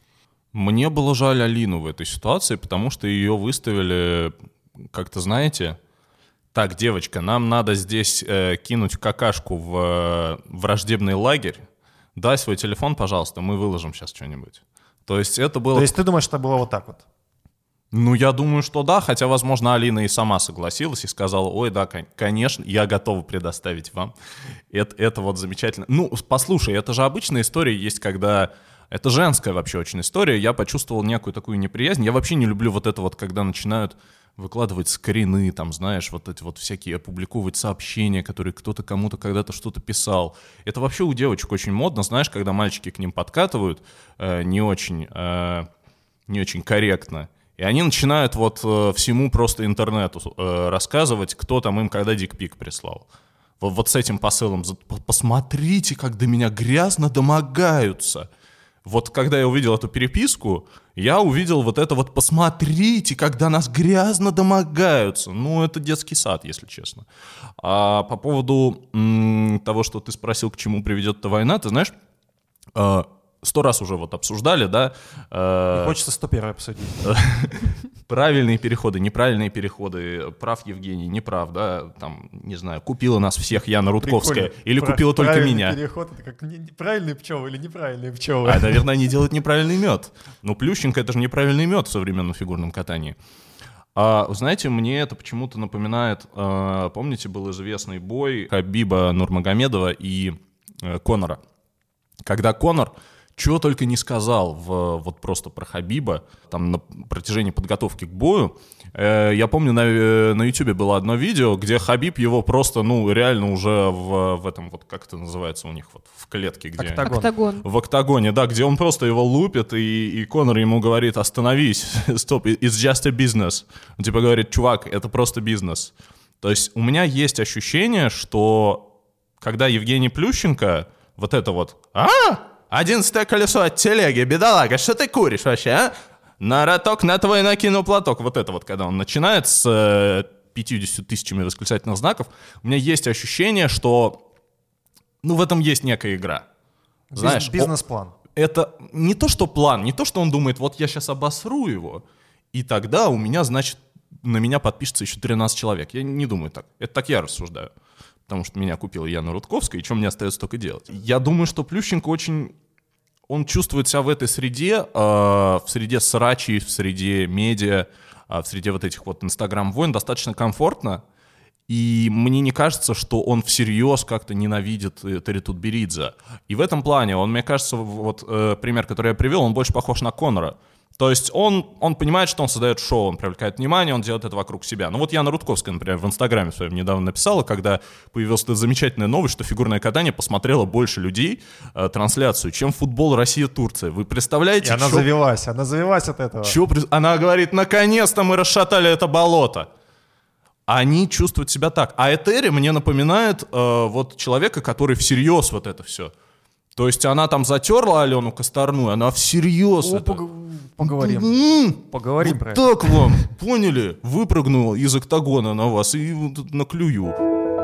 [SPEAKER 2] Мне было жаль Алину в этой ситуации, потому что ее выставили, как-то, знаете, так, девочка, нам надо здесь э, кинуть какашку в э, враждебный лагерь. Дай свой телефон, пожалуйста, мы выложим сейчас что-нибудь. То есть это было...
[SPEAKER 1] То есть ты думаешь, что было вот так вот?
[SPEAKER 2] Ну, я думаю, что да, хотя, возможно, Алина и сама согласилась и сказала: ой, да, конечно, я готова предоставить вам. Это, это вот замечательно. Ну, послушай, это же обычная история есть, когда... Это женская вообще очень история. Я почувствовал некую такую неприязнь. Я вообще не люблю вот это вот, когда начинают выкладывать скрины, там, знаешь, вот эти вот всякие, опубликовывать сообщения, которые кто-то кому-то когда-то что-то писал. Это вообще у девочек очень модно, знаешь, когда мальчики к ним подкатывают э, не очень, э, не очень корректно, и они начинают вот э, всему просто интернету э, рассказывать, кто там им когда дикпик прислал. Вот, вот с этим посылом: посмотрите, как до меня грязно домогаются. Вот когда я увидел эту переписку, я увидел вот это вот: посмотрите, когда нас грязно домогаются. Ну, это детский сад, если честно. А по поводу м- того, что ты спросил, к чему приведет эта война, ты знаешь, э- сто раз уже вот обсуждали, да?
[SPEAKER 1] Э- хочется сто первый обсудить.
[SPEAKER 2] Правильные переходы, неправильные переходы, прав Евгений, не прав, да, там, не знаю, купила нас всех Яна Рудковская. Прикольно. Или Про- купила только меня.
[SPEAKER 1] Переход — это как неправильные пчелы или неправильные пчелы?
[SPEAKER 2] А, наверное, они делают неправильный мед. Ну, Плющенко — это же неправильный мед в современном фигурном катании. А, знаете, мне это почему-то напоминает, а, помните, был известный бой Хабиба Нурмагомедова и а, Конора, когда Конор чего только не сказал в, вот просто про Хабиба, там на протяжении подготовки к бою. Э, я помню, на, на YouTube было одно видео, где Хабиб его просто, ну, реально уже в, в этом, вот как это называется у них, вот в клетке, где...
[SPEAKER 3] Октагон. Октагон.
[SPEAKER 2] В октагоне, да, где он просто его лупит, и, и Конор ему говорит: остановись, стоп, it's just a business. Он типа говорит: чувак, это просто бизнес. То есть у меня есть ощущение, что когда Евгений Плющенко вот это вот... а Одиннадцатое колесо от телеги, бедолага, что ты куришь вообще, а? На роток на твой накинул платок. Вот это вот, когда он начинает с э, пятьюдесятью тысячами восклицательных знаков, у меня есть ощущение, что, ну, в этом есть некая игра.
[SPEAKER 1] Знаешь, бизнес-план.
[SPEAKER 2] Это не то, что план, не то, что он думает: вот я сейчас обосру его, и тогда у меня, значит, на меня подпишется еще тринадцать человек. Я не думаю так. Это так я рассуждаю. Потому что меня купила Яна Рудковская, и что мне остается только делать? Я думаю, что Плющенко очень... Он чувствует себя в этой среде, э, в среде срачей, в среде медиа, э, в среде вот этих вот инстаграм-войн достаточно комфортно. И мне не кажется, что он всерьез как-то ненавидит Терри Тутберидзе. И в этом плане он, мне кажется, вот э, пример, который я привел, он больше похож на Конора. То есть он, он понимает, что он создает шоу, он привлекает внимание, он делает это вокруг себя. Ну вот Яна Рудковская, например, в Инстаграме своем недавно написала, когда появилась эта замечательная новость, что фигурное катание посмотрело больше людей э, трансляцию, чем футбол Россия-Турция. Вы представляете?
[SPEAKER 1] И она
[SPEAKER 2] чё...
[SPEAKER 1] завелась, она завелась от этого.
[SPEAKER 2] Чё... Она говорит: наконец-то мы расшатали это болото. Они чувствуют себя так. А Этери мне напоминает э, вот человека, который всерьез вот это все. То есть она там затерла Алену Косторную, она всерьез
[SPEAKER 1] О,
[SPEAKER 2] это...
[SPEAKER 1] пог... Поговорим.
[SPEAKER 2] М-м-м,
[SPEAKER 1] Поговорим
[SPEAKER 2] вот
[SPEAKER 1] про это.
[SPEAKER 2] так вам, поняли? Выпрыгнула из октагона на вас и вот наклюю.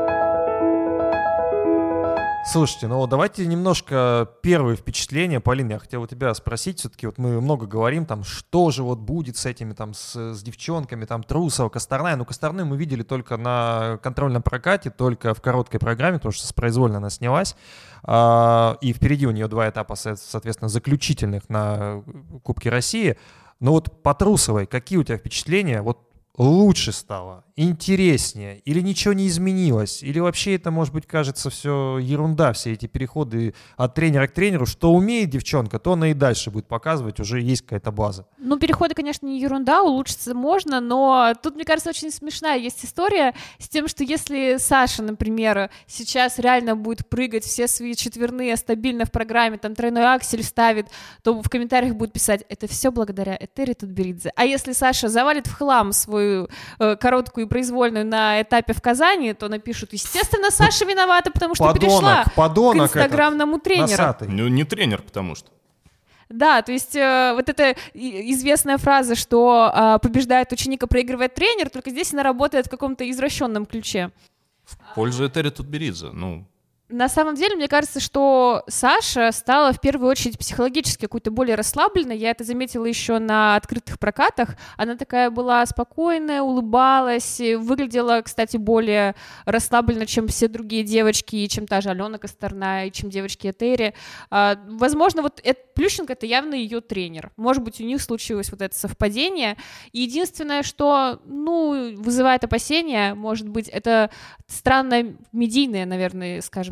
[SPEAKER 1] Слушайте, ну давайте немножко первые впечатления. Полин, я хотел у тебя спросить, все-таки вот мы много говорим, там, что же вот будет с этими, там, с, с девчонками, там, Трусова, Косторная. Ну, Косторную мы видели только на контрольном прокате, только в короткой программе, потому что произвольно она снялась. А, и впереди у нее два этапа, соответственно, заключительных на Кубке России. Но вот по Трусовой какие у тебя впечатления? Вот лучше стало, интереснее, или ничего не изменилось, или вообще это, может быть, кажется все ерунда, все эти переходы от тренера к тренеру, что умеет девчонка, то она и дальше будет показывать, уже есть какая-то база.
[SPEAKER 3] Ну, переходы, конечно, не ерунда, улучшиться можно, но тут, мне кажется, очень смешная есть история с тем, что если Саша, например, сейчас реально будет прыгать все свои четверные стабильно в программе, там тройной аксель ставит, то в комментариях будут писать: это все благодаря Этери Тутберидзе. А если Саша завалит в хлам свою э, короткую и произвольную на этапе в Казани, то напишут: естественно, Саша виновата, потому что
[SPEAKER 1] подонок,
[SPEAKER 3] перешла
[SPEAKER 1] подонок
[SPEAKER 3] к инстаграмному тренеру.
[SPEAKER 1] Носатый.
[SPEAKER 2] Ну, не тренер, потому что.
[SPEAKER 3] Да, то есть э, вот эта известная фраза, что э, побеждает ученик, а проигрывает тренер, только здесь она работает в каком-то извращенном ключе.
[SPEAKER 2] В пользу Этери Тутберидзе, ну...
[SPEAKER 3] На самом деле, мне кажется, что Саша стала в первую очередь психологически какой-то более расслабленной. Я это заметила еще на открытых прокатах. Она такая была спокойная, улыбалась, выглядела, кстати, более расслабленно, чем все другие девочки, и чем та же Алена Косторная, и чем девочки Этери. А, возможно, вот это, Плющенко — это явно ее тренер. Может быть, у них случилось вот это совпадение. И единственное, что, ну, вызывает опасения, может быть, это странная медийная, наверное, скажем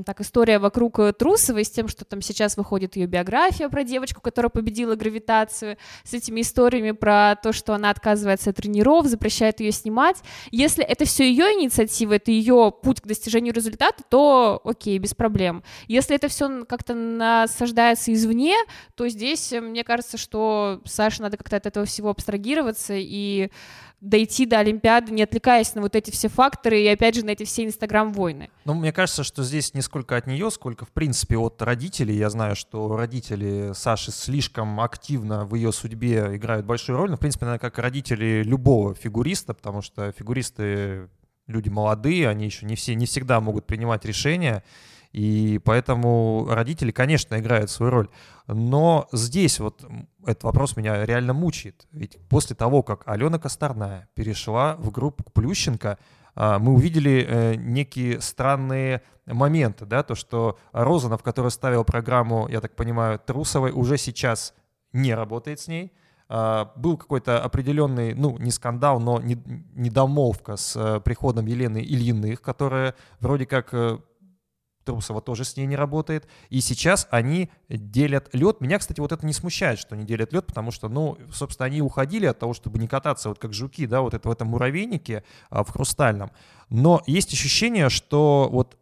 [SPEAKER 3] так, история вокруг Трусовой с тем, что там сейчас выходит ее биография про девочку, которая победила гравитацию, с этими историями про то, что она отказывается от тренеров, запрещает ее снимать. Если это все ее инициатива, это ее путь к достижению результата, то окей, без проблем. Если это все как-то насаждается извне, то здесь, мне кажется, что Саше надо как-то от этого всего абстрагироваться и дойти до Олимпиады, не отвлекаясь на вот эти все факторы и, опять же, на эти все инстаграм-войны.
[SPEAKER 1] Ну, мне кажется, что здесь не сколько от нее, сколько, в принципе, от родителей. Я знаю, что родители Саши слишком активно в ее судьбе играют большую роль. Но, в принципе, наверное, как родители любого фигуриста, потому что фигуристы люди молодые, они еще не все, не всегда могут принимать решения. И поэтому родители, конечно, играют свою роль. Но здесь вот этот вопрос меня реально мучает. Ведь после того, как Алена Косторная перешла в группу к Плющенко, мы увидели некие странные моменты, да, то, что Розанов, который ставил программу, я так понимаю, Трусовой, уже сейчас не работает с ней. Был какой-то определенный, ну, не скандал, но недомолвка с приходом Елены Ильиных, которая вроде как... Трусова тоже с ней не работает. И сейчас они делят лед. Меня, кстати, вот это не смущает, что они делят лед, потому что, ну, собственно, они уходили от того, чтобы не кататься вот как жуки, да, вот это в этом муравейнике а, в хрустальном. Но есть ощущение, что вот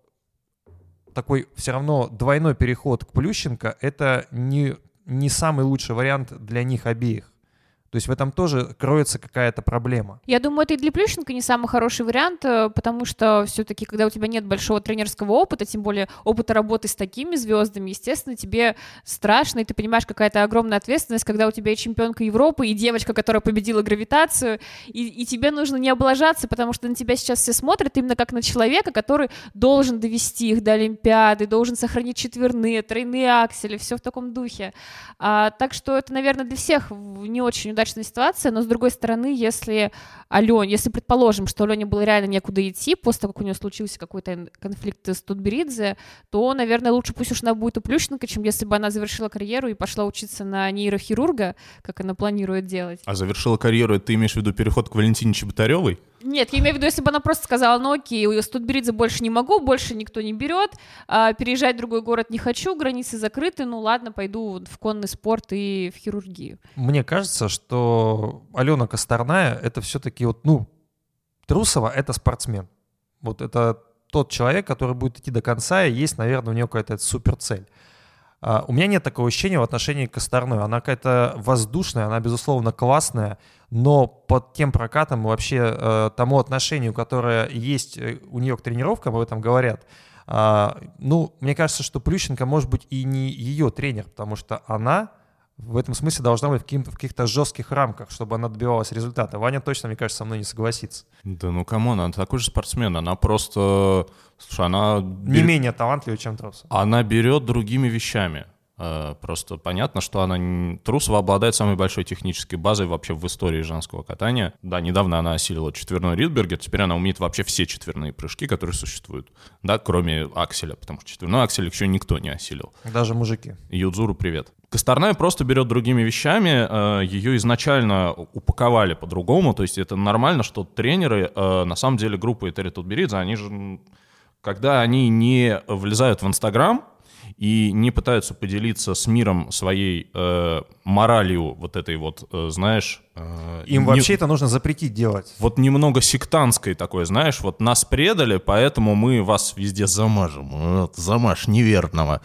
[SPEAKER 1] такой все равно двойной переход к Плющенко — это не, не самый лучший вариант для них обеих. То есть в этом тоже кроется какая-то проблема.
[SPEAKER 3] Я думаю, это и для Плющенко не самый хороший вариант, потому что все-таки, когда у тебя нет большого тренерского опыта, тем более опыта работы с такими звездами, естественно, тебе страшно, и ты понимаешь, какая-то огромная ответственность, когда у тебя и чемпионка Европы, и девочка, которая победила гравитацию, и, и тебе нужно не облажаться, потому что на тебя сейчас все смотрят именно как на человека, который должен довести их до Олимпиады, должен сохранить четверные, тройные аксели, все в таком духе. А, так что это, наверное, для всех не очень удачно ситуация, но с другой стороны, если Алене, если предположим, что Алене было реально некуда идти после того, как у нее случился какой-то конфликт с Тутберидзе, то, наверное, лучше пусть уж она будет у Плющенко, чем если бы она завершила карьеру и пошла учиться на нейрохирурга, как она планирует делать.
[SPEAKER 2] А завершила карьеру, ты имеешь в виду переход к Валентине Чеботаревой?
[SPEAKER 3] Нет, я имею в виду, если бы она просто сказала, ну окей, с Тутберидзе больше не могу, больше никто не берет, а, переезжать в другой город не хочу, границы закрыты, ну ладно, пойду в конный спорт и в хирургию.
[SPEAKER 1] Мне кажется, что Алена Косторная — это все-таки вот, ну, Трусова — это спортсмен. Вот это тот человек, который будет идти до конца, и есть, наверное, у нее какая-то суперцель. Uh, у меня нет такого ощущения в отношении Косторной. Она какая-то воздушная, она, безусловно, классная, но под тем прокатом и вообще uh, тому отношению, которое есть у нее к тренировкам, об этом говорят, uh, ну, мне кажется, что Плющенко может быть и не ее тренер, потому что она в этом смысле должна быть в, каких-то, в каких-то жестких рамках, чтобы она добивалась результата. Ваня точно, мне кажется, со мной не согласится.
[SPEAKER 2] Да ну камон, она такой же спортсмен, она просто... Слушай, она...
[SPEAKER 1] Не бер... менее талантливая, чем Трусова.
[SPEAKER 2] Она берет другими вещами. Просто понятно, что она... Трусова обладает самой большой технической базой вообще в истории женского катания. Да, недавно она осилила четверной Ридбергер, теперь она умеет вообще все четверные прыжки, которые существуют. Да, кроме акселя, потому что четверной аксель еще никто не осилил.
[SPEAKER 1] Даже мужики.
[SPEAKER 2] Юдзуру привет. Косторная просто берет другими вещами, ее изначально упаковали по-другому, то есть это нормально, что тренеры, на самом деле группа Этери Тутберидзе, они же, когда они не влезают в Инстаграм и не пытаются поделиться с миром своей э, моралью вот этой вот, э, знаешь...
[SPEAKER 1] Э, Им не, вообще это нужно запретить делать.
[SPEAKER 2] Вот немного сектантской такой, знаешь, вот нас предали, поэтому мы вас везде замажем, вот, замажь неверного.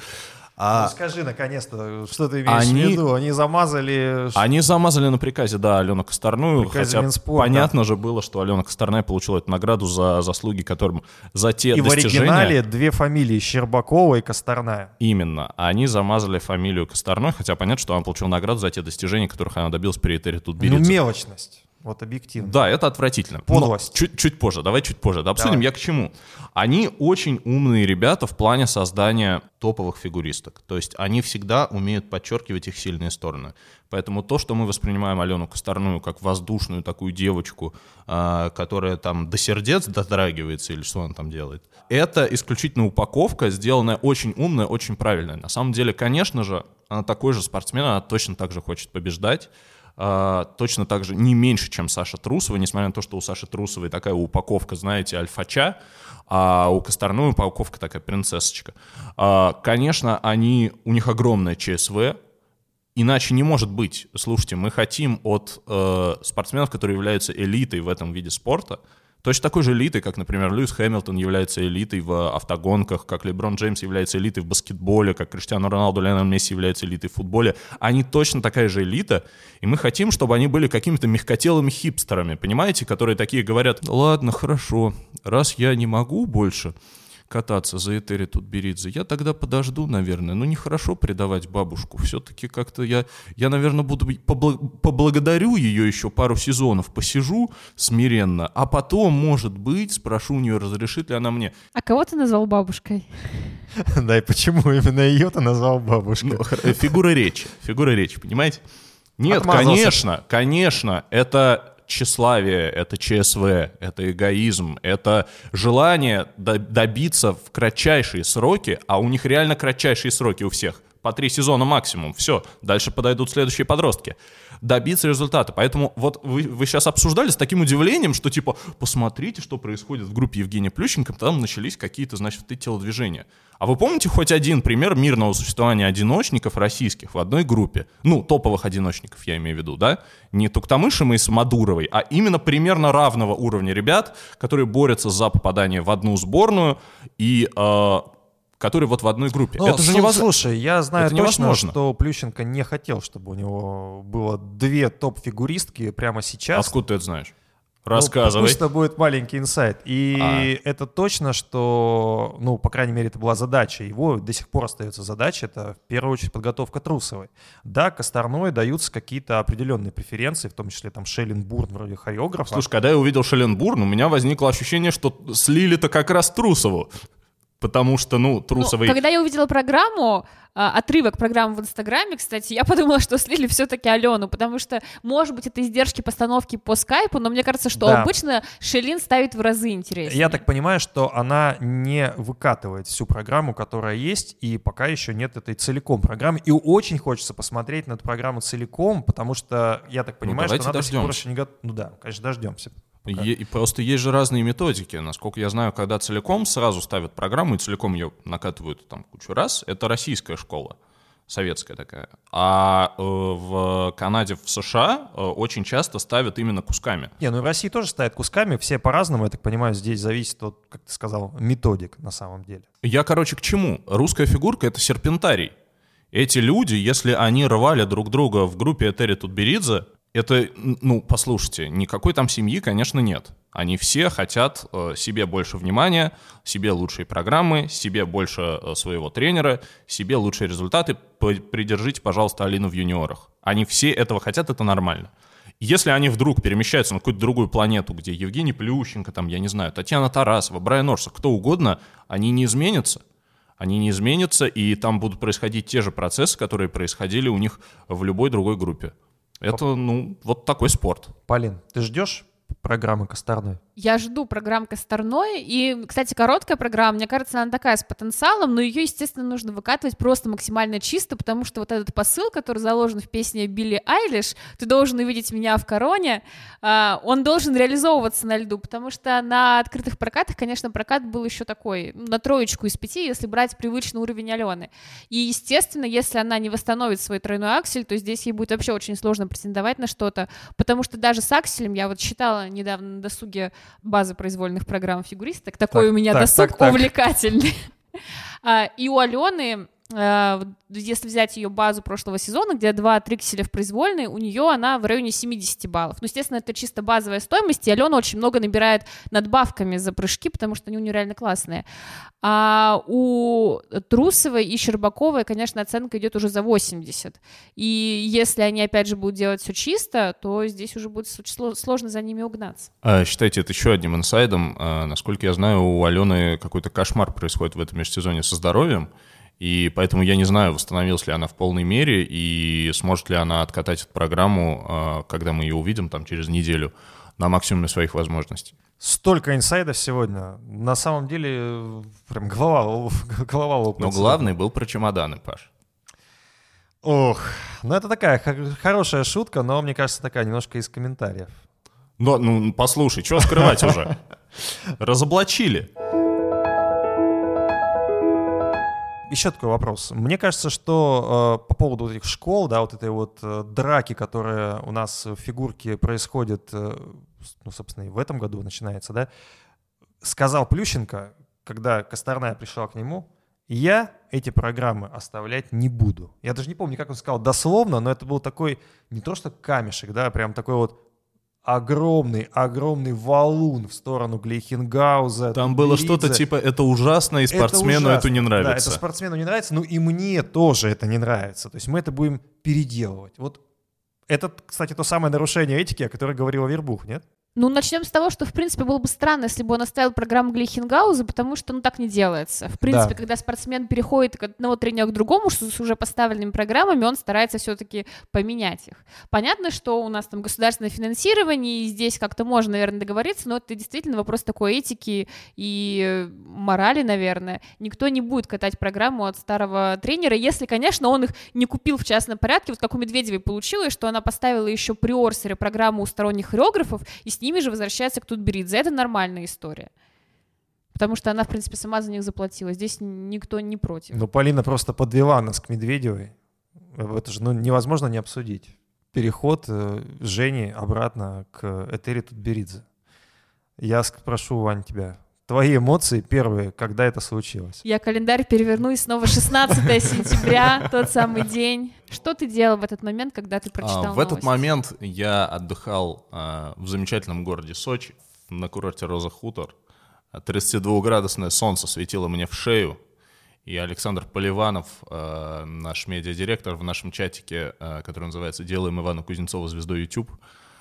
[SPEAKER 1] А ну, скажи, наконец-то, что ты имеешь они, в виду? Они замазали...
[SPEAKER 2] Они замазали на приказе, да, Алену Косторную, хотя Минспорт, понятно да. же было, что Алена Косторная получила эту награду за заслуги, которым за те
[SPEAKER 1] и
[SPEAKER 2] достижения...
[SPEAKER 1] И в оригинале две фамилии, Щербакова и Косторная.
[SPEAKER 2] Именно. Они замазали фамилию Косторной, хотя понятно, что она получила награду за те достижения, которых она добилась при Этери Тутберидзе.
[SPEAKER 1] Ну, мелочность. Вот объективно.
[SPEAKER 2] Да, это отвратительно.
[SPEAKER 1] Подлость.
[SPEAKER 2] Чуть, чуть позже, давай чуть позже. Да, обсудим, давай. Я к чему. Они очень умные ребята в плане создания топовых фигуристок. То есть они всегда умеют подчеркивать их сильные стороны. Поэтому то, что мы воспринимаем Алену Косторную как воздушную такую девочку, э, которая там до сердец дотрагивается или что она там делает, это исключительно упаковка, сделанная очень умная, очень правильная. На самом деле, конечно же, она такой же спортсмен, она точно так же хочет побеждать. э, точно так же не меньше, чем Саша Трусова, несмотря на то, что у Саши Трусовой такая упаковка, знаете, альфача, а у Косторной упаковка такая принцессочка. Э, конечно, они, у них огромное ЧСВ, иначе не может быть. Слушайте, мы хотим от э, спортсменов, которые являются элитой в этом виде спорта, точно такой же элитой, как, например, Льюис Хэмилтон является элитой в автогонках, как Леброн Джеймс является элитой в баскетболе, как Криштиану Роналду, Лионель Месси является элитой в футболе. Они точно такая же элита, и мы хотим, чтобы они были какими-то мягкотелыми хипстерами, понимаете, которые такие говорят: ладно, хорошо, раз я не могу больше кататься за Этери Тутберидзе, я тогда подожду, наверное. Ну, нехорошо предавать бабушку. Все-таки как-то я, я, наверное, буду побл- поблагодарю ее еще пару сезонов, посижу смиренно, а потом, может быть, спрошу у нее, разрешит ли она мне.
[SPEAKER 3] А кого ты назвал бабушкой?
[SPEAKER 1] Да, и почему именно ее ты назвал бабушкой?
[SPEAKER 2] Фигура речи, фигура речи, понимаете? Нет, конечно, конечно, это... тщеславие, это ЧСВ, это эгоизм, это желание добиться в кратчайшие сроки, а у них реально кратчайшие сроки у всех, по три сезона максимум, все, дальше подойдут следующие подростки, добиться результата. Поэтому вот вы, вы сейчас обсуждали с таким удивлением, что типа, посмотрите, что происходит в группе Евгения Плющенко, там начались какие-то, значит, эти телодвижения. А вы помните хоть один пример мирного существования одиночников российских в одной группе? Ну, топовых одиночников, я имею в виду, да? Не Туктамышевой и Самодуровой, а именно примерно равного уровня ребят, которые борются за попадание в одну сборную и... Э, которые вот в одной группе.
[SPEAKER 1] Ну,
[SPEAKER 2] это же невозможно.
[SPEAKER 1] Слушай, я знаю
[SPEAKER 2] это
[SPEAKER 1] точно,
[SPEAKER 2] невозможно.
[SPEAKER 1] Что Плющенко не хотел, чтобы у него было две топ-фигуристки прямо сейчас.
[SPEAKER 2] Откуда ты это знаешь? Рассказывай.
[SPEAKER 1] Ну, пусть это будет маленький инсайт. И
[SPEAKER 2] а.
[SPEAKER 1] это точно, что, ну, по крайней мере, это была задача. Его до сих пор остается задача. Это, в первую очередь, подготовка Трусовой. Да, Косторной даются какие-то определенные преференции, в том числе там Шелленбурн вроде хореографа.
[SPEAKER 2] Слушай, когда я увидел Шелленбурн, у меня возникло ощущение, что слили-то как раз Трусову. Потому что, ну, Трусовой...
[SPEAKER 3] Ну, когда я увидела программу, отрывок программы в Инстаграме, кстати, я подумала, что слили все-таки Алену, потому что, может быть, это издержки постановки по скайпу, но мне кажется, что да. обычно Шелин ставит в разы интереснее.
[SPEAKER 1] Я так понимаю, что она не выкатывает всю программу, которая есть, и пока еще нет этой целиком программы. И очень хочется посмотреть на эту программу целиком, потому что, я так понимаю,
[SPEAKER 2] ну,
[SPEAKER 1] что она
[SPEAKER 2] дождемся.
[SPEAKER 1] до сих пор еще не готова. Ну да, конечно, дождемся.
[SPEAKER 2] Е- и просто есть же разные методики. Насколько я знаю, когда целиком сразу ставят программу и целиком ее накатывают там кучу раз, это российская школа, советская такая. А э, в Канаде, в США э, очень часто ставят именно кусками.
[SPEAKER 1] Не, ну и в России тоже ставят кусками, все по-разному, я так понимаю, здесь зависит от, как ты сказал, методик на самом деле.
[SPEAKER 2] Я, короче, к чему? Русская фигурка — это серпентарий. Эти люди, если они рвали друг друга в группе Этери Тутберидзе, это, ну, послушайте, никакой там семьи, конечно, нет. Они все хотят э, себе больше внимания, себе лучшие программы, себе больше э, своего тренера, себе лучшие результаты. Придержите, пожалуйста, Алину в юниорах. Они все этого хотят, это нормально. Если они вдруг перемещаются на какую-то другую планету, где Евгений Плющенко, там, я не знаю, Татьяна Тарасова, Брайан Орсов, кто угодно, они не изменятся. Они не изменятся, и там будут происходить те же процессы, которые происходили у них в любой другой группе. Это, ну, вот такой спорт.
[SPEAKER 1] Полин, ты ждешь программы Косторной?
[SPEAKER 3] Я жду программ Косторной, и, кстати, короткая программа, мне кажется, она такая с потенциалом, но ее, естественно, нужно выкатывать просто максимально чисто, потому что вот этот посыл, который заложен в песне Билли Айлиш, «Ты должен увидеть меня в короне», он должен реализовываться на льду, потому что на открытых прокатах, конечно, прокат был еще такой, на троечку из пяти, если брать привычный уровень Алены. И, естественно, если она не восстановит свой тройной аксель, то здесь ей будет вообще очень сложно претендовать на что-то, потому что даже с акселем, я вот считала недавно на досуге базы произвольных программ фигуристок. Такой
[SPEAKER 1] так,
[SPEAKER 3] у меня
[SPEAKER 1] так,
[SPEAKER 3] досуг
[SPEAKER 1] так, так.
[SPEAKER 3] увлекательный. И у Алены, если взять ее базу прошлого сезона, где два трикселя в произвольной, у нее она в районе семьдесят баллов. Ну, естественно, это чисто базовая стоимость, и Алена очень много набирает надбавками за прыжки, потому что они у нее реально классные. А у Трусовой и Щербаковой, конечно, оценка идет уже за восемьдесят. И если они, опять же, будут делать все чисто, то здесь уже будет сложно за ними угнаться.
[SPEAKER 2] А, считайте, это еще одним инсайдом. А, насколько я знаю, у Алены какой-то кошмар происходит в этом межсезонье со здоровьем. И поэтому я не знаю, восстановилась ли она в полной мере и сможет ли она откатать эту программу, когда мы ее увидим там через неделю, на максимуме своих возможностей.
[SPEAKER 1] Столько инсайдов сегодня. На самом деле, прям голова, голова лопается.
[SPEAKER 2] Но главный был про чемоданы, Паш.
[SPEAKER 1] Ох, ну это такая х- хорошая шутка, но, мне кажется, такая немножко из комментариев.
[SPEAKER 2] Но, ну, послушай, чего скрывать уже? Разоблачили.
[SPEAKER 1] Еще такой вопрос. Мне кажется, что э, по поводу вот этих школ, да, вот этой вот э, драки, которая у нас в фигурке происходит, э, ну, собственно, и в этом году начинается, да, сказал Плющенко, когда Косторная пришла к нему, я эти программы оставлять не буду. Я даже не помню, как он сказал дословно, но это был такой, не то что камешек, да, прям такой вот огромный, огромный валун в сторону Глейхенгауза.
[SPEAKER 2] Там было
[SPEAKER 1] Тбилидзе.
[SPEAKER 2] что-то типа «это ужасно, и спортсмену это, это не нравится».
[SPEAKER 1] Да, это спортсмену не нравится, ну и мне тоже это не нравится. То есть мы это будем переделывать. Вот это, кстати, то самое нарушение этики, о котором говорил Авербух, нет?
[SPEAKER 3] Ну, начнем с того, что, в принципе, было бы странно, если бы он оставил программу Глейхенгауза, потому что, ну, так не делается. В принципе,
[SPEAKER 1] Да.
[SPEAKER 3] когда спортсмен переходит от одного тренера к другому с уже поставленными программами, он старается все-таки поменять их. Понятно, что у нас там государственное финансирование, и здесь как-то можно, наверное, договориться, но это действительно вопрос такой этики и морали, наверное. Никто не будет катать программу от старого тренера, если, конечно, он их не купил в частном порядке, вот как у Медведевой получилось, что она поставила еще при Орсере программу у сторонних хореографов, и с ними же возвращается к Тутберидзе. Это нормальная история. Потому что она, в принципе, сама за них заплатила. Здесь никто не против.
[SPEAKER 1] Ну, Полина просто подвела нас к Медведевой. Это же ну, невозможно не обсудить. Переход э, Жени обратно к Этери Тутберидзе. Я спрошу, Вань, тебя. Твои эмоции первые, когда это случилось?
[SPEAKER 3] Я календарь переверну, и снова шестнадцатое сентября, тот самый день. Что ты делал в этот момент, когда ты прочитал
[SPEAKER 2] А, в
[SPEAKER 3] новость?
[SPEAKER 2] этот момент я отдыхал а, в замечательном городе Сочи, на курорте Роза Хутор. тридцатидвухградусное солнце светило мне в шею, и Александр Поливанов, а, наш медиадиректор, в нашем чатике, а, который называется «Делаем Ивана Кузнецова звездой YouTube»,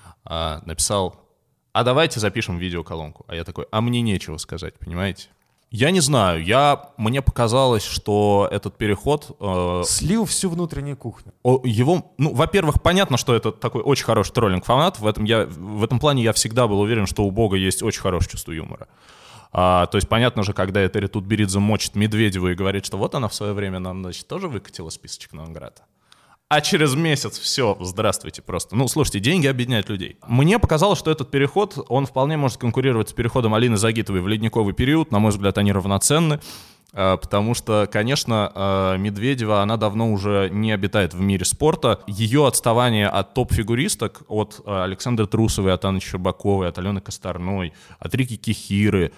[SPEAKER 2] а, написал: а давайте запишем видеоколонку. А я такой: а мне нечего сказать, понимаете? Я не знаю, я, мне показалось, что этот переход... Э,
[SPEAKER 1] Слил всю внутреннюю кухню.
[SPEAKER 2] о, его, ну, во-первых, понятно, что это такой очень хороший троллинг-формат. В этом, я, в этом плане я всегда был уверен, что у Бога есть очень хорошее чувство юмора. А, то есть понятно же, когда Этери Тутберидзе мочит Медведеву и говорит, что вот она в свое время нам, значит, тоже выкатила списочек на награды. А через месяц все, здравствуйте просто. Ну, слушайте, деньги объединяют людей. Мне показалось, что этот переход, он вполне может конкурировать с переходом Алины Загитовой в ледниковый период. На мой взгляд, они равноценны. Потому что, конечно, Медведева, она давно уже не обитает в мире спорта. Ее отставание от топ-фигуристок, от Александры Трусовой, от Анны Щербаковой, от Алены Косторной, от Рики Кихиры,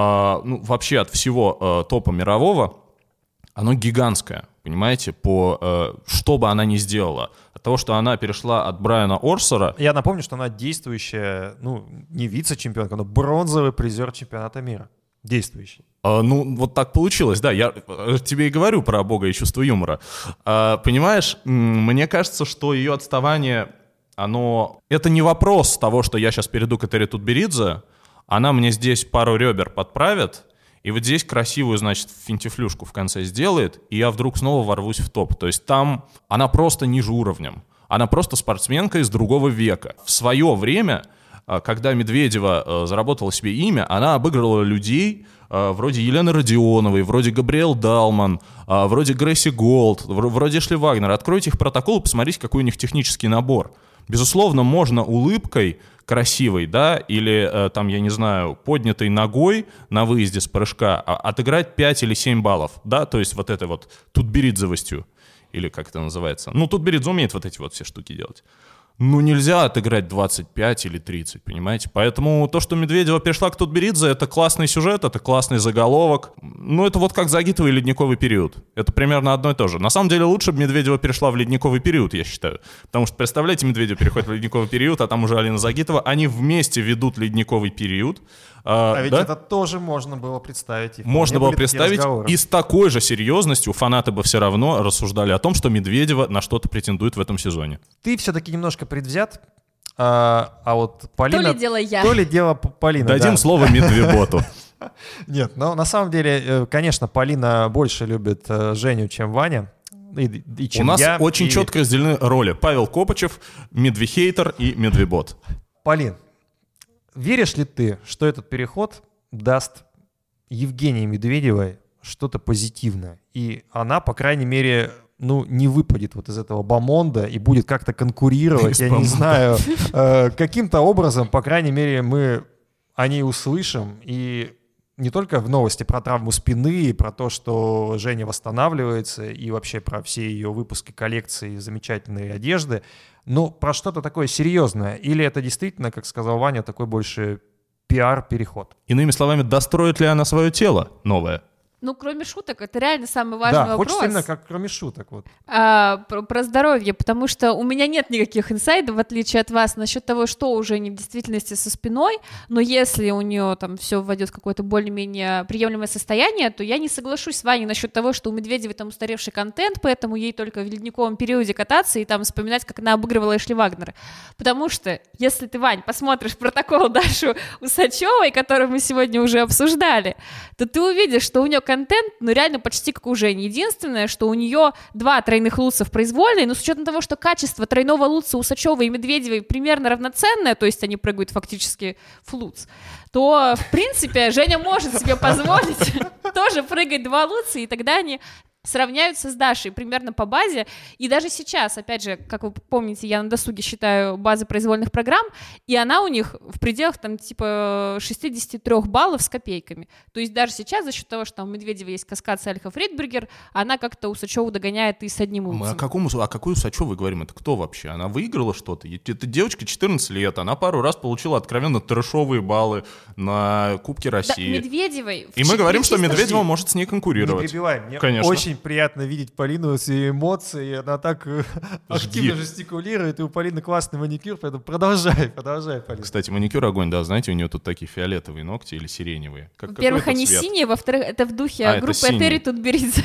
[SPEAKER 2] ну, вообще от всего топа мирового, оно гигантское, понимаете, по э, что бы она ни сделала. От того, что она перешла от Брайана Орсера...
[SPEAKER 1] Я напомню, что она действующая, ну, не вице-чемпионка, но бронзовый призер чемпионата мира. Действующий.
[SPEAKER 2] Э, ну, вот так получилось, да. Я э, тебе и говорю про Бога и чувство юмора. Э, понимаешь, мне кажется, что ее отставание, оно... Это не вопрос того, что я сейчас перейду к Этери Тутберидзе, она мне здесь пару ребер подправит, и вот здесь красивую, значит, финтифлюшку в конце сделает, и я вдруг снова ворвусь в топ. То есть там она просто ниже уровнем. Она просто спортсменка из другого века. В свое время, когда Медведева заработала себе имя, она обыгрывала людей вроде Елены Родионовой, вроде Габриэль Далман, вроде Грейси Голд, вроде Эшли Вагнер. Откройте их протокол и посмотрите, какой у них технический набор. Безусловно, можно улыбкой красивой, да, или э, там, я не знаю, поднятой ногой на выезде с прыжка а, отыграть пять или семь баллов, да, то есть вот этой вот тутберидзовостью, или как это называется. Ну, Тутберидзе умеет вот эти вот все штуки делать. Ну, нельзя отыграть двадцать пять или тридцать, понимаете? Поэтому то, что Медведева перешла к Тутберидзе, это классный сюжет, это классный заголовок. Ну, это вот как Загитовый ледниковый период. Это примерно одно и то же. На самом деле лучше бы Медведева перешла в ледниковый период, я считаю. Потому что, представляете, Медведева переходит в ледниковый период, а там уже Алина Загитова. Они вместе ведут ледниковый период. А,
[SPEAKER 1] а ведь
[SPEAKER 2] да?
[SPEAKER 1] это тоже можно было представить.
[SPEAKER 2] Можно было представить. И с такой же серьезностью фанаты бы все равно рассуждали о том, что Медведева на что-то претендует в этом сезоне.
[SPEAKER 1] Ты все-таки немножко предвзят, а, а вот Полина...
[SPEAKER 3] То ли дело я.
[SPEAKER 1] То ли дело Полины,
[SPEAKER 2] Дадим
[SPEAKER 1] да.
[SPEAKER 2] слово Медвеботу.
[SPEAKER 1] Нет, но на самом деле, конечно, Полина больше любит Женю, чем Ваня. И, и чем
[SPEAKER 2] У нас
[SPEAKER 1] я,
[SPEAKER 2] очень
[SPEAKER 1] и...
[SPEAKER 2] четко разделены роли. Павел Копачев, Медвехейтер и Медвебот.
[SPEAKER 1] Полин, веришь ли ты, что этот переход даст Евгении Медведевой что-то позитивное? И она, по крайней мере, ну, не выпадет вот из этого бомонда и будет как-то конкурировать, я не знаю, э, каким-то образом, по крайней мере, мы о ней услышим, и не только в новости про травму спины, про то, что Женя восстанавливается, и вообще про все ее выпуски коллекции замечательной одежды, но про что-то такое серьезное. Или это действительно, как сказал Ваня, такой больше пиар-переход?
[SPEAKER 2] Иными словами, достроит ли она свое тело новое?
[SPEAKER 3] Ну, кроме шуток, это реально самый важный
[SPEAKER 1] да,
[SPEAKER 3] вопрос.
[SPEAKER 1] Да, хочется именно как кроме шуток. Вот.
[SPEAKER 3] А, про, про здоровье, потому что у меня нет никаких инсайдов, в отличие от вас, насчет того, что уже не в действительности со спиной, но если у нее там все войдет в какое-то более-менее приемлемое состояние, то я не соглашусь с Ваней насчет того, что у Медведевой там устаревший контент, поэтому ей только в ледниковом периоде кататься и там вспоминать, как она обыгрывала Эшли Вагнера. Потому что, если ты, Вань, посмотришь протокол Даши Усачевой, который мы сегодня уже обсуждали, то ты увидишь, что у нее контент, ну, реально почти как у Жени. Единственное, что у нее два тройных лутса в произвольной, но с учетом того, что качество тройного лутса Усачевой и Медведевой примерно равноценное, то есть они прыгают фактически в лутс, то, в принципе, Женя может себе позволить тоже прыгать два лутса, и тогда они сравняются с Дашей примерно по базе, и даже сейчас, опять же, как вы помните, я на досуге считаю базы произвольных программ, и она у них в пределах там типа шестьдесят три баллов с копейками, то есть даже сейчас за счет того, что там у Медведева есть каскад с Альха Фридбергер, она как-то Усачеву догоняет и с одним улицем.
[SPEAKER 2] Мы о, какому, о какой Усачевой говорим? Это кто вообще? Она выиграла что-то? Это девочка четырнадцать лет, она пару раз получила откровенно трэшовые баллы на Кубке России.
[SPEAKER 3] Да, Медведевой.
[SPEAKER 2] И мы говорим, что Медведева может с ней конкурировать.
[SPEAKER 1] Не перебивай, мне
[SPEAKER 2] Конечно.
[SPEAKER 1] Очень приятно видеть Полину с ее эмоциями, она так активно жестикулирует, и у Полины классный маникюр, поэтому продолжай, продолжай, Полина.
[SPEAKER 2] Кстати, маникюр огонь, да, знаете, у нее тут такие фиолетовые ногти или сиреневые. Как,
[SPEAKER 3] во-первых, они цвет? Синие, во-вторых, это в духе
[SPEAKER 2] а,
[SPEAKER 3] группы Этери Тутберидзе.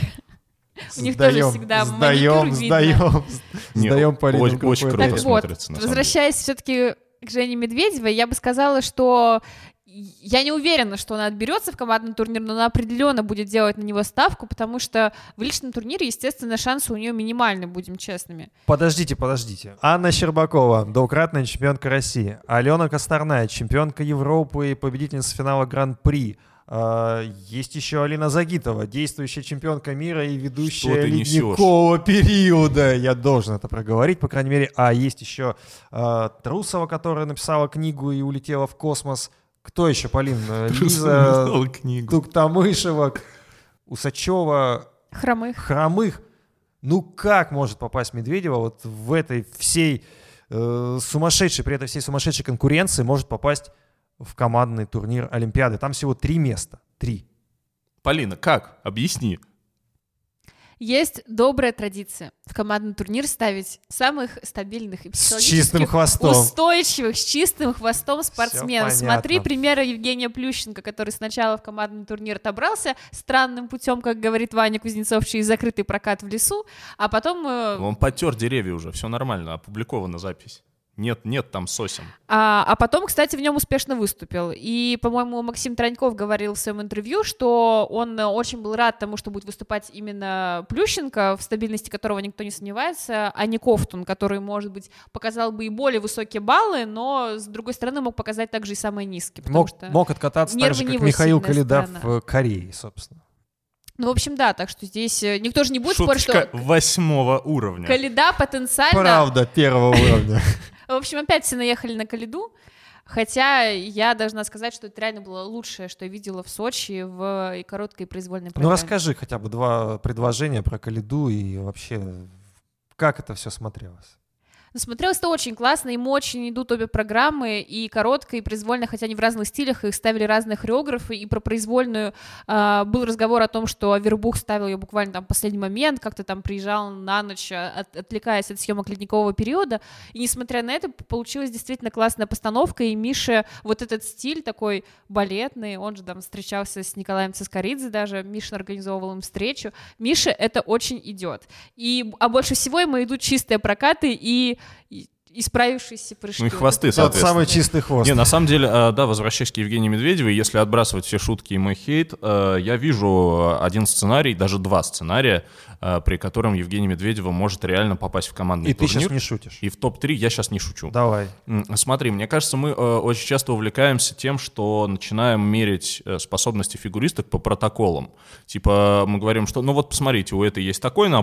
[SPEAKER 3] У них тоже всегда
[SPEAKER 1] сдаем,
[SPEAKER 3] маникюр
[SPEAKER 1] видно. Сдаем, сдаем Полину.
[SPEAKER 2] Очень, очень круто
[SPEAKER 3] так
[SPEAKER 2] смотрится,
[SPEAKER 3] вот, возвращаясь все-таки к Жене Медведевой, я бы сказала, что я не уверена, что она отберется в командный турнир, но она определенно будет делать на него ставку, потому что в личном турнире, естественно, шансы у нее минимальны, будем честными.
[SPEAKER 1] Подождите, подождите. Анна Щербакова, двукратная чемпионка России. Алена Косторная, чемпионка Европы и победительница финала Гран-при. Есть еще Алина Загитова, действующая чемпионка мира и ведущая ледникового периода. Я должен это проговорить, по крайней мере. А есть еще Трусова, которая написала книгу и улетела в космос. Кто еще, Полин? Лиза Туктамышева, Усачева,
[SPEAKER 3] Хромых.
[SPEAKER 1] Хромых. Ну как может попасть Медведева вот в этой всей э, сумасшедшей, при этой всей сумасшедшей конкуренции может попасть в командный турнир Олимпиады? Там всего три места. Три.
[SPEAKER 2] Полина, как? Объясни.
[SPEAKER 3] Есть добрая традиция в командный турнир ставить самых стабильных и психологически
[SPEAKER 1] с чистым хвостом.
[SPEAKER 3] устойчивых, с чистым хвостом спортсменов. Смотри примеры Евгения Плющенко, который сначала в командный турнир отобрался странным путем, как говорит Ваня Кузнецов, через закрытый прокат в лесу, а потом...
[SPEAKER 2] Он потер деревья уже, все нормально, опубликована запись. Нет, нет там сосен.
[SPEAKER 3] А, а потом, кстати, в нем успешно выступил. И, по-моему, Максим Троньков говорил в своем интервью, что он очень был рад тому, что будет выступать именно Плющенко, в стабильности которого никто не сомневается, а не Ковтун, который, может быть, показал бы и более высокие баллы, но, с другой стороны, мог показать также и самые низкие.
[SPEAKER 1] Мог,
[SPEAKER 3] что
[SPEAKER 1] мог откататься так же, как Михаил Калида в Корее, собственно.
[SPEAKER 3] Ну, в общем, да, так что здесь никто же не будет
[SPEAKER 2] Шуточка
[SPEAKER 3] спорить, что...
[SPEAKER 2] восьмого уровня.
[SPEAKER 3] Калида потенциально...
[SPEAKER 1] Правда, первого уровня.
[SPEAKER 3] В общем, опять все наехали на Калиду, хотя я должна сказать, что это реально было лучшее, что я видела в Сочи в и короткой произвольной программе.
[SPEAKER 1] Ну, расскажи хотя бы два предложения про Калиду и вообще, как это все смотрелось.
[SPEAKER 3] Ну, смотрелось это очень классно, им очень идут обе программы, и короткая, и произвольная, хотя они в разных стилях, их ставили разные хореографы, и про произвольную э, был разговор о том, что Авербух ставил ее буквально там в последний момент, как-то там приезжал на ночь, от, отвлекаясь от съемок ледникового периода, и несмотря на это, получилась действительно классная постановка, и Миша вот этот стиль такой балетный, он же там встречался с Николаем Цискоридзе даже, Миша организовывал им встречу, Мише это очень идет, и, а больше всего ему идут чистые прокаты и исправившиеся прыжки.
[SPEAKER 2] Ну и хвосты,
[SPEAKER 1] Тот
[SPEAKER 2] соответственно.
[SPEAKER 1] самый чистый хвост.
[SPEAKER 2] Не, на самом деле, да, возвращаясь к Евгении Медведевой, если отбрасывать все шутки и мой хейт, я вижу один сценарий, даже два сценария, при котором Евгения Медведева может реально попасть в командный
[SPEAKER 1] и
[SPEAKER 2] турнир.
[SPEAKER 1] И ты сейчас не шутишь.
[SPEAKER 2] И в топ три я сейчас не шучу.
[SPEAKER 1] Давай.
[SPEAKER 2] Смотри, мне кажется, мы очень часто увлекаемся тем, что начинаем мерить способности фигуристок по протоколам. Типа мы говорим, что ну вот посмотрите, у этой есть такой набор,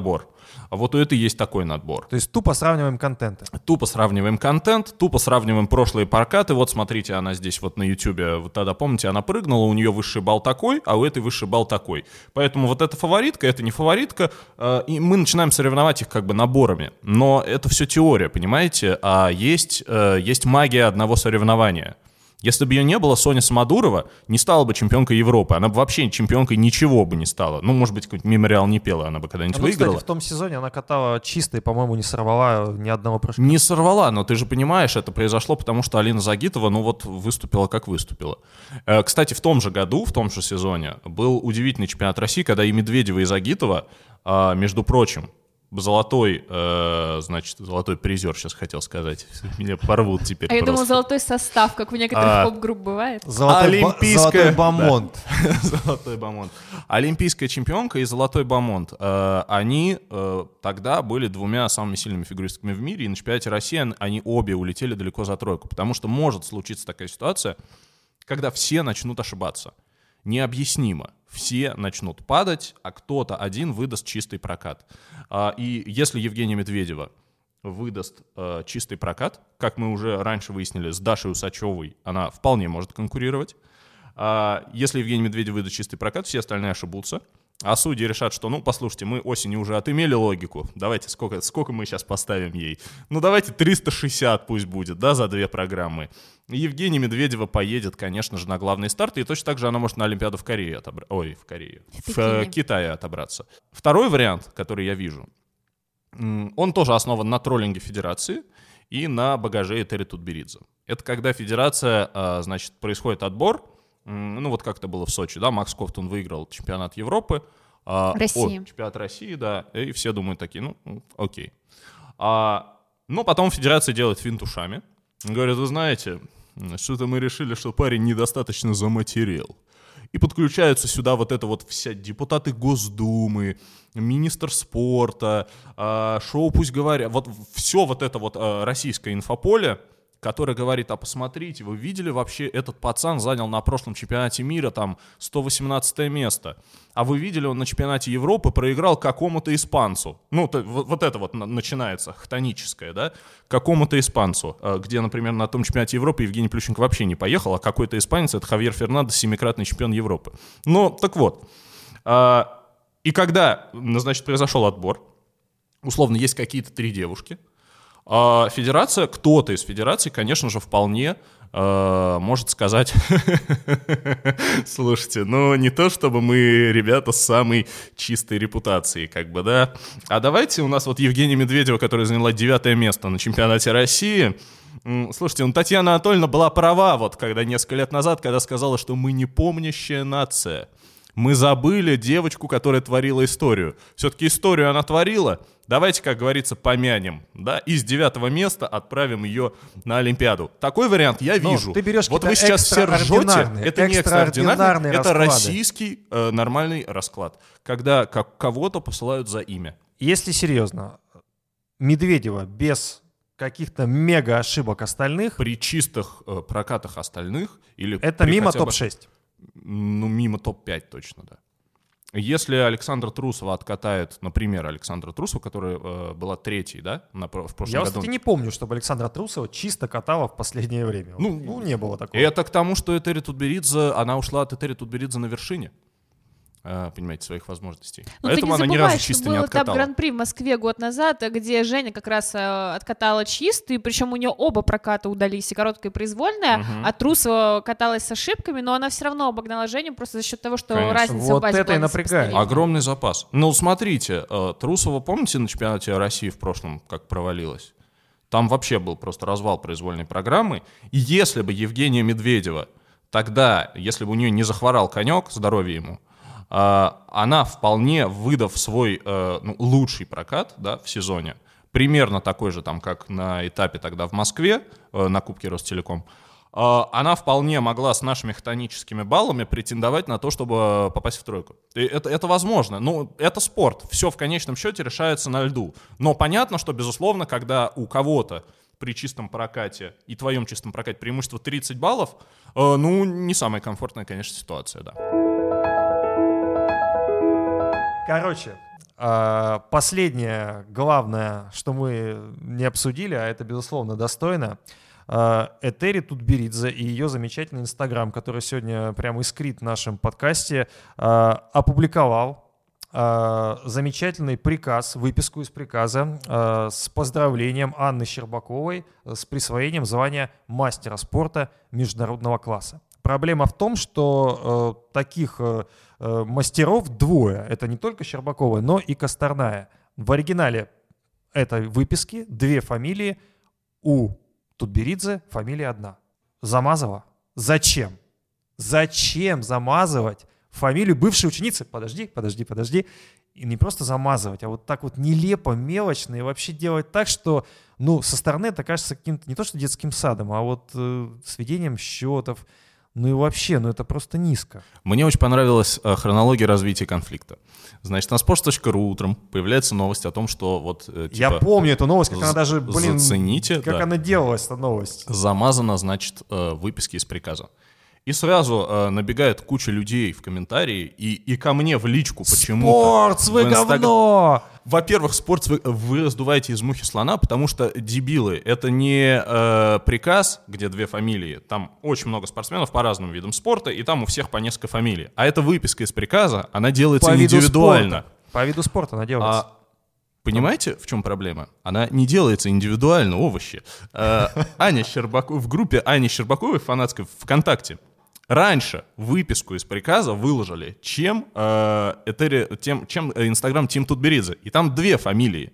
[SPEAKER 2] А вот у этой есть такой надбор.
[SPEAKER 1] То есть тупо сравниваем контенты.
[SPEAKER 2] Тупо сравниваем контент, тупо сравниваем прошлые прокаты. Вот смотрите, она здесь вот на Ютубе, вот тогда, помните, она прыгнула, у нее высший балл такой, а у этой высший балл такой. Поэтому вот эта фаворитка, это не фаворитка, э, и мы начинаем соревновать их как бы наборами. Но это все теория, понимаете? А есть, э, есть магия одного соревнования. Если бы ее не было, Соня Самодурова не стала бы чемпионкой Европы. Она бы вообще чемпионкой ничего бы не стала. Ну, может быть, какой-нибудь мемориал не пела, она бы когда-нибудь
[SPEAKER 1] ну,
[SPEAKER 2] выиграла.
[SPEAKER 1] Кстати, в том сезоне она катала чисто и, по-моему, не сорвала ни одного прыжка.
[SPEAKER 2] Не сорвала, но ты же понимаешь, это произошло потому, что Алина Загитова, ну вот, выступила как выступила. Э, кстати, в том же году, в том же сезоне, был удивительный чемпионат России, когда и Медведева, и Загитова, э, между прочим, золотой, э, значит, золотой призер, сейчас хотел сказать. Меня порвут теперь.
[SPEAKER 3] А я
[SPEAKER 2] просто.
[SPEAKER 3] думал, золотой состав, как у некоторых
[SPEAKER 2] А,
[SPEAKER 3] поп-групп бывает.
[SPEAKER 1] Золотой,
[SPEAKER 2] Олимпийская...
[SPEAKER 1] золотой бомонд.
[SPEAKER 2] Да. Золотой бомонд. Олимпийская чемпионка и золотой бомонд. Э, они э, тогда были двумя самыми сильными фигуристками в мире, и на чемпионате России они обе улетели далеко за тройку, потому что может случиться такая ситуация, когда все начнут ошибаться. Необъяснимо. Все начнут падать, а кто-то один выдаст чистый прокат. А, и если Евгения Медведева выдаст э, чистый прокат, как мы уже раньше выяснили, с Дашей Усачевой она вполне может конкурировать. А, если Евгения Медведева выдаст чистый прокат, все остальные ошибутся. А судьи решат, что, ну, послушайте, мы осенью уже отымели логику, давайте, сколько, сколько мы сейчас поставим ей? Ну, давайте триста шестьдесят пусть будет, да, за две программы. Евгения Медведева поедет, конечно же, на главный старт, и точно так же она может на Олимпиаду в Корее отобраться. Ой, в Корее. В, в э, Китае отобраться. Второй вариант, который я вижу, он тоже основан на троллинге федерации и на багаже Этери Тутберидзе. Это когда федерация, значит, происходит отбор, ну вот как это было в Сочи, да, Макс Кофтон выиграл чемпионат Европы.
[SPEAKER 3] России.
[SPEAKER 2] О, чемпионат России, да, и все думают такие, ну, окей. А, но потом федерация делает финт ушами. Говорят, вы знаете, что-то мы решили, что парень недостаточно заматерел. И подключаются сюда вот это вот вся депутаты Госдумы, министр спорта, шоу «Пусть говорят». Вот все вот это вот российское инфополе, которое говорит, а посмотрите, вы видели вообще, этот пацан занял на прошлом чемпионате мира там сто восемнадцатое место, а вы видели, он на чемпионате Европы проиграл какому-то испанцу. Ну, то, вот, вот это вот начинается хтоническое, да, какому-то испанцу, где, например, на том чемпионате Европы Евгений Плющенко вообще не поехал, а какой-то испанец, это Хавьер Фернандес, семикратный чемпион Европы. Ну, так вот, и когда, значит, произошел отбор, условно, есть какие-то три девушки, а федерация, кто-то из федерации, конечно же, вполне э, может сказать, слушайте, ну не то чтобы мы ребята с самой чистой репутацией, как бы, да, а давайте у нас вот Евгения Медведева, которая заняла девятое место на чемпионате России, слушайте, ну Татьяна Анатольевна была права, вот когда несколько лет назад, когда сказала, что мы не помнящая нация. Мы забыли девочку, которая творила историю. Все-таки историю она творила. Давайте, как говорится, помянем. Да? Из девятого места отправим ее на Олимпиаду. Такой вариант я
[SPEAKER 1] ну,
[SPEAKER 2] вижу.
[SPEAKER 1] Ты берешь
[SPEAKER 2] вот вы сейчас все ржете. Это не экстраординарный, это
[SPEAKER 1] расклады.
[SPEAKER 2] российский э, нормальный расклад. Когда как, кого-то посылают за имя.
[SPEAKER 1] Если серьезно, Медведева без каких-то мега ошибок остальных...
[SPEAKER 2] При чистых э, прокатах остальных... или
[SPEAKER 1] это мимо
[SPEAKER 2] топ
[SPEAKER 1] шесть.
[SPEAKER 2] Ну, мимо топ пять точно, да. Если Александра Трусова откатает, например, Александра Трусова, которая э, была третьей, да, на, в прошлом
[SPEAKER 1] Я,
[SPEAKER 2] году.
[SPEAKER 1] Я, кстати, не помню, чтобы Александра Трусова чисто катала в последнее время. Ну, ну не было такого.
[SPEAKER 2] Это к тому, что Этери Тутберидзе, она ушла от Этери Тутберидзе на вершине. Понимаете, своих возможностей.
[SPEAKER 3] Ну,
[SPEAKER 2] Поэтому
[SPEAKER 3] ты не
[SPEAKER 2] она ни
[SPEAKER 3] забывай,
[SPEAKER 2] разу чисто
[SPEAKER 3] что
[SPEAKER 2] не
[SPEAKER 3] был
[SPEAKER 2] откатала.
[SPEAKER 3] этап Гран-при в Москве год назад, где Женя как раз э, откатала чистый, причем у нее оба проката удались, и короткая, и произвольная, uh-huh. а Трусова каталась с ошибками, но она все равно обогнала Женю просто за счет того, что Конечно. разница
[SPEAKER 1] вот
[SPEAKER 3] в базе
[SPEAKER 1] это и напрягает.
[SPEAKER 2] Огромный запас. Ну, смотрите, Трусова, помните, на чемпионате России в прошлом как провалилась? Там вообще был просто развал произвольной программы. И если бы Евгения Медведева тогда, если бы у нее не захворал конек, здоровье ему, она вполне, выдав свой э, ну, лучший прокат, да, в сезоне, примерно такой же, там, как на этапе тогда в Москве, э, на Кубке Ростелеком, э, она вполне могла с нашими хтоническими баллами претендовать на то, чтобы попасть в тройку. И это, это возможно. Ну, это спорт. Все в конечном счете решается на льду. Но понятно, что, безусловно, когда у кого-то при чистом прокате и твоем чистом прокате преимущество тридцать баллов, э, ну, не самая комфортная, конечно, ситуация, да.
[SPEAKER 1] Короче, А, последнее, главное, что мы не обсудили, а это, безусловно, достойно, а, Этери Тутберидзе и ее замечательный Инстаграм, который сегодня прямо искрит в нашем подкасте, а, опубликовал а, замечательный приказ, выписку из приказа а, с поздравлением Анны Щербаковой с присвоением звания мастера спорта международного класса. Проблема в том, что э, таких э, мастеров двое. Это не только Щербакова, но и Косторная. В оригинале этой выписки две фамилии. У Тутберидзе фамилия одна. Замазова. Зачем? Зачем замазывать фамилию бывшей ученицы? Подожди, подожди, подожди. И не просто замазывать, а вот так вот нелепо, мелочно и вообще делать так, что, ну, со стороны это кажется каким-то не то что детским садом, а вот э, сведением счетов. Ну и вообще, ну это просто низко.
[SPEAKER 2] Мне очень понравилась э, хронология развития конфликта. Значит, на sports точка ru утром появляется новость о том, что вот... Э, типа,
[SPEAKER 1] Я помню эту новость, как она даже, блин,
[SPEAKER 2] зацените,
[SPEAKER 1] как
[SPEAKER 2] да.
[SPEAKER 1] она делалась, эта новость.
[SPEAKER 2] Замазана, значит, э, выписки из приказа. И сразу э, набегает куча людей в комментарии и, и ко мне в личку почему-то.
[SPEAKER 1] Спортс, вы говно!
[SPEAKER 2] Во-первых, спортс вы, вы раздуваете из мухи слона, потому что дебилы. Это не э, приказ, где две фамилии. Там очень много спортсменов по разным видам спорта, и там у всех по несколько фамилий. А эта выписка из приказа, она делается
[SPEAKER 1] по
[SPEAKER 2] индивидуально.
[SPEAKER 1] Виду по виду спорта она делается.
[SPEAKER 2] А, понимаете, в чем проблема? Она не делается индивидуально, овощи. Э, Аня Щербакова, в группе Ани Щербаковой фанатской ВКонтакте раньше выписку из приказа выложили, чем э, Этери, тем, чем Инстаграм Тим Тутберидзе. И там две фамилии.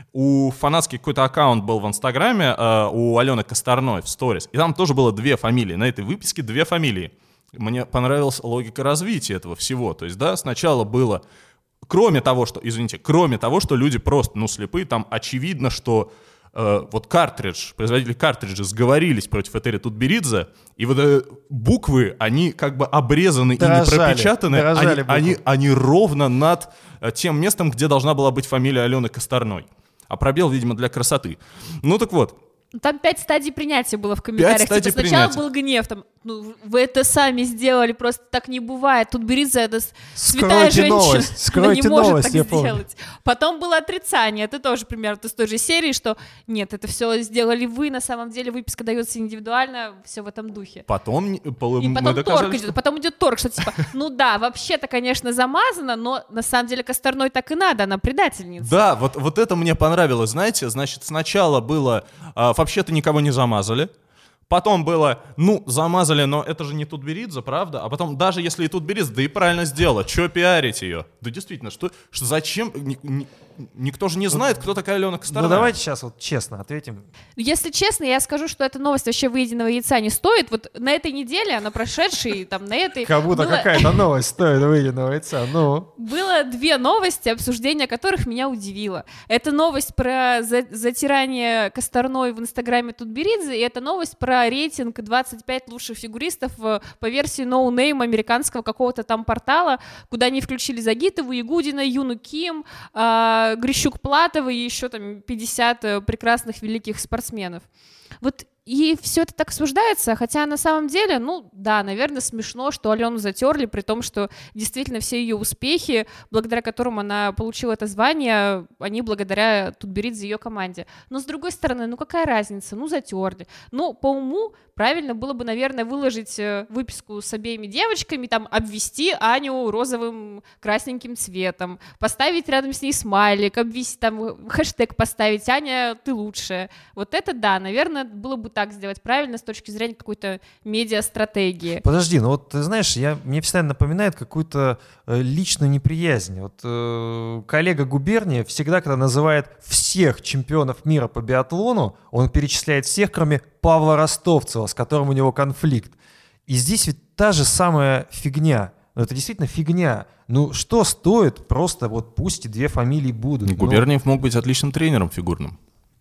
[SPEAKER 2] У фанатский какой-то аккаунт был в Инстаграме, э, у Алены Косторной в сторис. И там тоже было две фамилии. На этой выписке две фамилии. Мне понравилась логика развития этого всего. То есть, да, сначала было, кроме того, что, извините, кроме того, что люди просто, ну, слепые, там очевидно, что Uh, вот картридж, производители картриджа сговорились против Этери Тутберидзе, и вот uh, буквы, они как бы обрезаны дорожали, и не пропечатаны, они, они, они ровно над uh, тем местом, где должна была быть фамилия Алены Косторной. А пробел, видимо, для красоты. Ну так вот.
[SPEAKER 3] Там пять стадий принятия было в комментариях.
[SPEAKER 2] Пять
[SPEAKER 3] типа, сначала принятия. Был гнев, там, ну, вы это сами сделали, просто так не бывает. Тутберидзе — это святая женщина,
[SPEAKER 1] новость,
[SPEAKER 3] она не может
[SPEAKER 1] новость,
[SPEAKER 3] так сделать. Потом было отрицание, это тоже примерно из той же серии, что нет, это все сделали вы, на самом деле выписка дается индивидуально, все в этом духе.
[SPEAKER 2] Потом,
[SPEAKER 3] и потом
[SPEAKER 2] доказали,
[SPEAKER 3] торг
[SPEAKER 2] что...
[SPEAKER 3] идет, потом идет торг, что типа, ну да, вообще-то, конечно, замазано, но на самом деле Косторной так и надо, она предательница.
[SPEAKER 2] Да, вот, вот это мне понравилось, знаете, значит, сначала было, а, вообще-то никого не замазали. Потом было, ну, замазали, но это же не Тутберидзе, правда? А потом, даже если и Тутберидзе, да и правильно сделала, чё пиарить ее? Да действительно, что, что зачем? Ни, ни, никто же не знает, кто такая Алена Косторная.
[SPEAKER 1] Ну давайте сейчас вот честно ответим.
[SPEAKER 3] Если честно, я скажу, что эта новость вообще выеденного яйца не стоит. Вот на этой неделе, на прошедшей, там, на этой...
[SPEAKER 1] Как будто было... какая-то новость стоит выеденного яйца, ну...
[SPEAKER 3] Было две новости, обсуждение которых меня удивило. Это новость про за- затирание Косторной в Инстаграме Тутберидзе, и это новость про рейтинг двадцать пять лучших фигуристов по версии No Name американского какого-то там портала, куда они включили Загитову, Ягудина, Юну Ким, э, Грищук-Платова и еще там пятьдесят прекрасных великих спортсменов. Вот и все это так обсуждается, хотя на самом деле, ну да, наверное, смешно, что Алену затерли, при том, что действительно все ее успехи, благодаря которым она получила это звание, они благодаря Тутберидзе и ее команде. Но с другой стороны, ну какая разница, ну затерли. Ну по уму правильно было бы, наверное, выложить выписку с обеими девочками, там обвести Аню розовым красненьким цветом, поставить рядом с ней смайлик, обвести там хэштег поставить «Аня, ты лучшая». Вот это да, наверное, было бы так сделать правильно с точки зрения какой-то медиа-стратегии.
[SPEAKER 1] Подожди, ну вот ты знаешь, я, мне всегда напоминает какую-то э, личную неприязнь. Вот э, коллега Губерния всегда, когда называет всех чемпионов мира по биатлону, он перечисляет всех, кроме Павла Ростовцева, с которым у него конфликт. И здесь ведь та же самая фигня. Ну, это действительно фигня. Ну, что стоит просто вот пусть и две фамилии будут.
[SPEAKER 2] Губерниев ну, мог быть отличным тренером фигурным.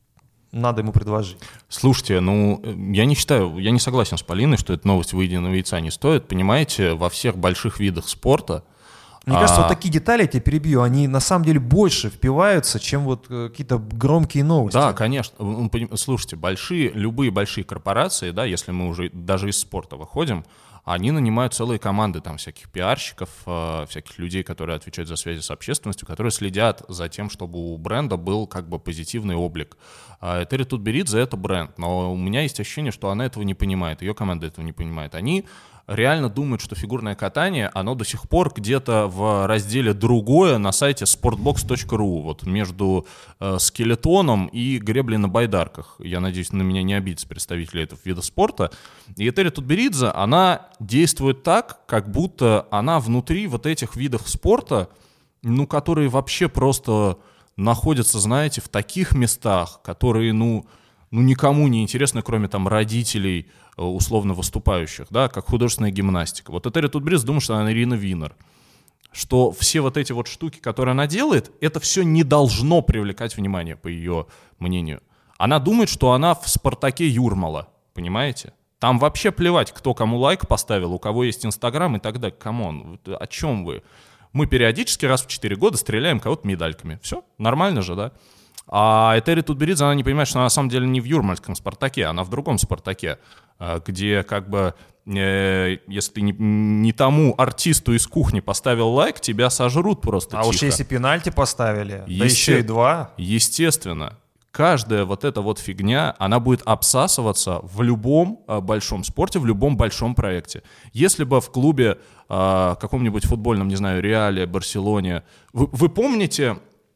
[SPEAKER 1] Надо ему предложить.
[SPEAKER 2] Слушайте, ну, я не считаю, я не согласен с Полиной, что эта новость выеденного яйца не стоит. Понимаете, во всех больших видах спорта...
[SPEAKER 1] Мне а... кажется, вот такие детали, я тебя перебью, они на самом деле больше впиваются, чем вот какие-то громкие новости.
[SPEAKER 2] Да, конечно. Слушайте, большие, любые большие корпорации, да, если мы уже даже из спорта выходим, они нанимают целые команды там всяких пиарщиков, э, всяких людей, которые отвечают за связи с общественностью, которые следят за тем, чтобы у бренда был как бы позитивный облик. А Этери Тутберидзе — это бренд, но у меня есть ощущение, что она этого не понимает, ее команда этого не понимает. Они реально думают, что фигурное катание, оно до сих пор где-то в разделе «Другое» на сайте спортбокс точка ру, вот между э, скелетоном и греблей на байдарках. Я надеюсь, на меня не обидятся представители этого вида спорта. И Этери Тутберидзе, она действует так, как будто она внутри вот этих видов спорта, ну, которые вообще просто находятся, знаете, в таких местах, которые, ну, ну никому не интересны, кроме там родителей, условно выступающих, да, как художественная гимнастика. Вот Этери Тутберидзе думает, что она Ирина Винер, что все вот эти вот штуки, которые она делает, это все не должно привлекать внимание, по ее мнению. Она думает, что она в «Спартаке» Юрмала, понимаете? Там вообще плевать, кто кому лайк поставил, у кого есть Инстаграм и так далее. Камон, о чем вы? Мы периодически раз в четыре года стреляем кого-то медальками. Все, нормально же, да? А Этери Тутберидзе, она не понимает, что она на самом деле не в юрмальском «Спартаке», она в другом «Спартаке», где как бы, э, если ты не, не тому артисту из кухни поставил лайк, тебя сожрут просто
[SPEAKER 1] а
[SPEAKER 2] тихо.
[SPEAKER 1] уж если пенальти поставили,
[SPEAKER 2] Есте...
[SPEAKER 1] да еще и два.
[SPEAKER 2] Естественно. Каждая вот эта вот фигня, она будет обсасываться в любом э, большом спорте, в любом большом проекте. Если бы в клубе э, каком-нибудь футбольном, не знаю, Реале, Барселоне, вы, вы помните,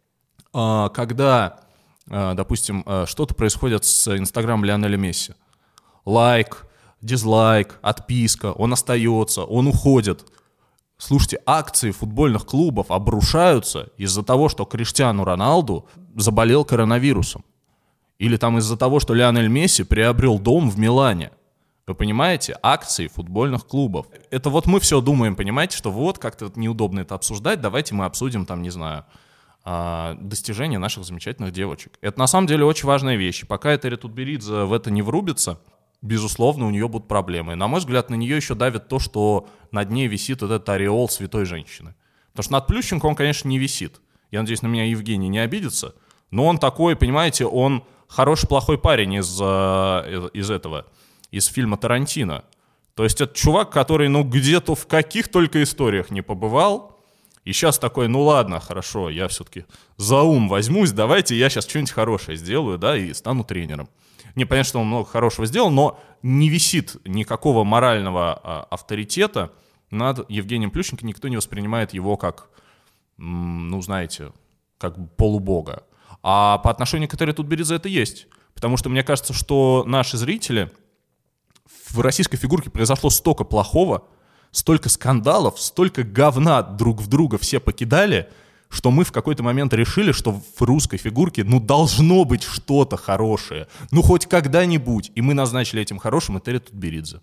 [SPEAKER 2] э, когда, э, допустим, э, что-то происходит с Инстаграмом Лионеля Месси? Лайк, дизлайк, отписка, он остается, он уходит. Слушайте, акции футбольных клубов обрушаются из-за того, что Криштиану Роналду заболел коронавирусом. Или там из-за того, что Лионель Месси приобрел дом в Милане. Вы понимаете? Акции футбольных клубов. Это вот мы все думаем, понимаете, что вот как-то неудобно это обсуждать, давайте мы обсудим там, не знаю, достижения наших замечательных девочек. Это на самом деле очень важная вещь. Пока Этери Тутберидзе в это не врубится, безусловно, у нее будут проблемы. И, на мой взгляд, на нее еще давит то, что над ней висит вот этот ореол святой женщины. Потому что над Плющенко он, конечно, не висит. Я надеюсь, на меня Евгений не обидится. Но он такой, понимаете, он хороший-плохой парень из, из этого, из фильма Тарантино. То есть это чувак, который, ну, где-то в каких только историях не побывал. И сейчас такой, ну ладно, хорошо, я все-таки за ум возьмусь, давайте я сейчас что-нибудь хорошее сделаю, да, и стану тренером. Не, понятно, что он много хорошего сделал, но не висит никакого морального а, авторитета над Евгением Плющенко. Никто не воспринимает его как, м, ну, знаете, как полубога. А по отношению к Этери Тутберидзе это есть. Потому что мне кажется, что наши зрители... В российской фигурке произошло столько плохого, столько скандалов, столько говна друг в друга все покидали, что мы в какой-то момент решили, что в русской фигурке, ну, должно быть что-то хорошее. Ну, хоть когда-нибудь. И мы назначили этим хорошим Этери Тутберидзе.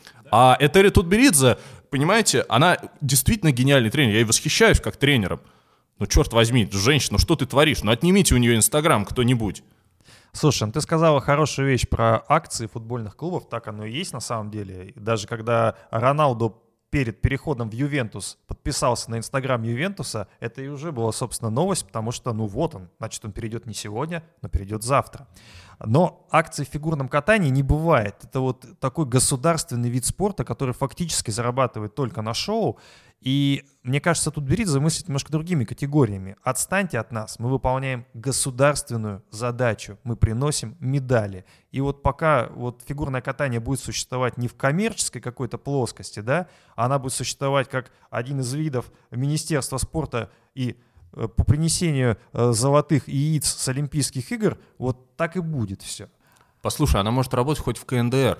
[SPEAKER 2] А Этери Тутберидзе, понимаете, она действительно гениальный тренер. Я ей восхищаюсь как тренером. Ну, черт возьми, женщина, что ты творишь? Ну, отнимите у нее Инстаграм кто-нибудь.
[SPEAKER 1] Слушай, ну ты сказала хорошую вещь про акции футбольных клубов. Так оно и есть на самом деле. Даже когда Роналду перед переходом в Ювентус подписался на Инстаграм Ювентуса, это и уже была, собственно, новость, потому что, ну вот он, значит, он перейдет не сегодня, но перейдет завтра. Но акций в фигурном катании не бывает. Это вот такой государственный вид спорта, который фактически зарабатывает только на шоу. И мне кажется, Тутберидзе мыслит немножко другими категориями. Отстаньте от нас, мы выполняем государственную задачу, мы приносим медали. И вот пока вот фигурное катание будет существовать не в коммерческой какой-то плоскости, да, она будет существовать как один из видов Министерства спорта и по принесению золотых яиц с Олимпийских игр, вот так и будет все.
[SPEAKER 2] Послушай, она может работать хоть в ка эн дэ эр,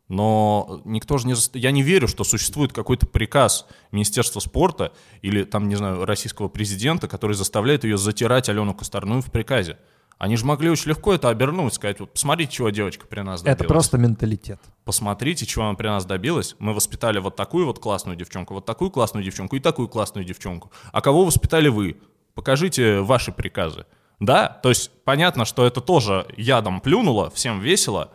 [SPEAKER 2] но никто же не... Я не верю, что существует какой-то приказ Министерства спорта или, там, не знаю, российского президента, который заставляет ее затирать Алену Косторную в приказе. Они же могли очень легко это обернуть, сказать, вот посмотрите, чего девочка при нас добилась.
[SPEAKER 1] Это просто менталитет.
[SPEAKER 2] Посмотрите, чего она при нас добилась. Мы воспитали вот такую вот классную девчонку, вот такую классную девчонку и такую классную девчонку. А кого воспитали вы? Покажите ваши приказы. Да, то есть понятно, что это тоже ядом плюнуло, всем весело,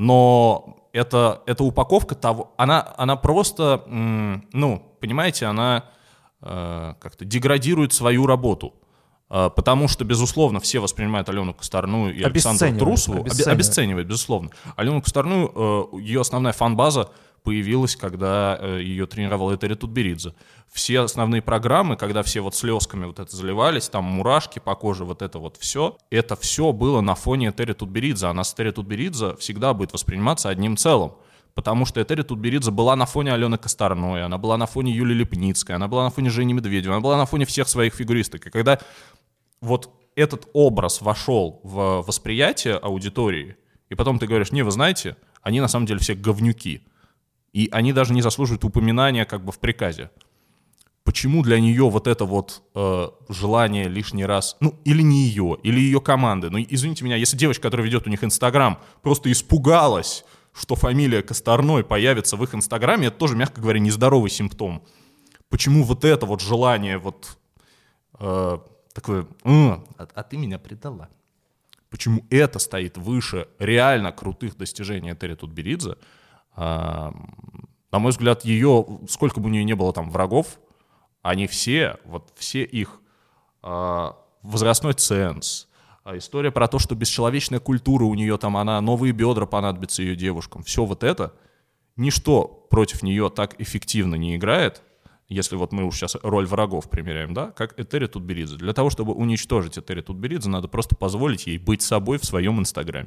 [SPEAKER 2] но это, это упаковка того, она, она просто, м, ну, понимаете, она э, как-то деградирует свою работу. Потому что, безусловно, все воспринимают Алену Косторную и Александру Трусову. Обесценивает. обесценивает, безусловно. Алену Косторную, ее основная фан-база появилась, когда э, ее тренировал Этери Тутберидзе. Все основные программы, когда все вот слезками вот это заливались, там мурашки по коже, вот это вот все, это все было на фоне Этери Тутберидзе. Она с Этери Тутберидзе всегда будет восприниматься одним целым. Потому что Этери Тутберидзе была на фоне Алены Косторной, она была на фоне Юлии Липницкой, она была на фоне Жени Медведевой, она была на фоне всех своих фигуристок. И когда вот этот образ вошел в восприятие аудитории, и потом ты говоришь, не, вы знаете, они на самом деле все говнюки, и они даже не заслуживают упоминания как бы в приказе. Почему для нее вот это вот э, желание лишний раз, ну, или не ее, или ее команды, ну, извините меня, если девочка, которая ведет у них Инстаграм, просто испугалась, что фамилия Косторной появится в их Инстаграме, это тоже, мягко говоря, нездоровый симптом. Почему вот это вот желание вот э, такое, а, а ты меня предала? Почему это стоит выше реально крутых достижений Этери Тутберидзе? А, на мой взгляд, ее, сколько бы у нее не было там врагов, они все, вот все их а, возрастной ценз, а история про то, что бесчеловечная культура у нее там, она, новые бедра понадобятся ее девушкам, все вот это, ничто против нее так эффективно не играет, если вот мы уж сейчас роль врагов примеряем, да, как Этери Тутберидзе. Для того, чтобы уничтожить Этери Тутберидзе, надо просто позволить ей быть собой в своем Инстаграме.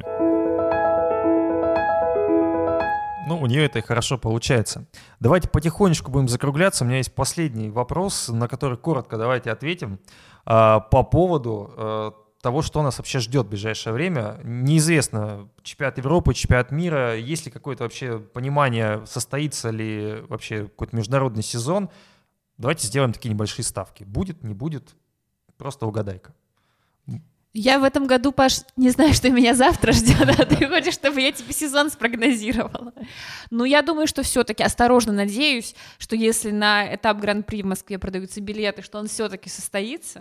[SPEAKER 1] Ну, у нее это и хорошо получается. Давайте потихонечку будем закругляться. У меня есть последний вопрос, на который коротко давайте ответим. А, по поводу а, того, что нас вообще ждет в ближайшее время. Неизвестно, чемпионат Европы, чемпионат мира, есть ли какое-то вообще понимание, состоится ли вообще какой-то международный сезон. Давайте сделаем такие небольшие ставки. Будет, не будет, просто угадай-ка.
[SPEAKER 3] Я в этом году, Паш, не знаю, что меня завтра ждет, а ты хочешь, чтобы я тебе сезон спрогнозировала. Ну, я думаю, что все-таки, осторожно надеюсь, что если на этап Гран-при в Москве продаются билеты, что он все-таки состоится.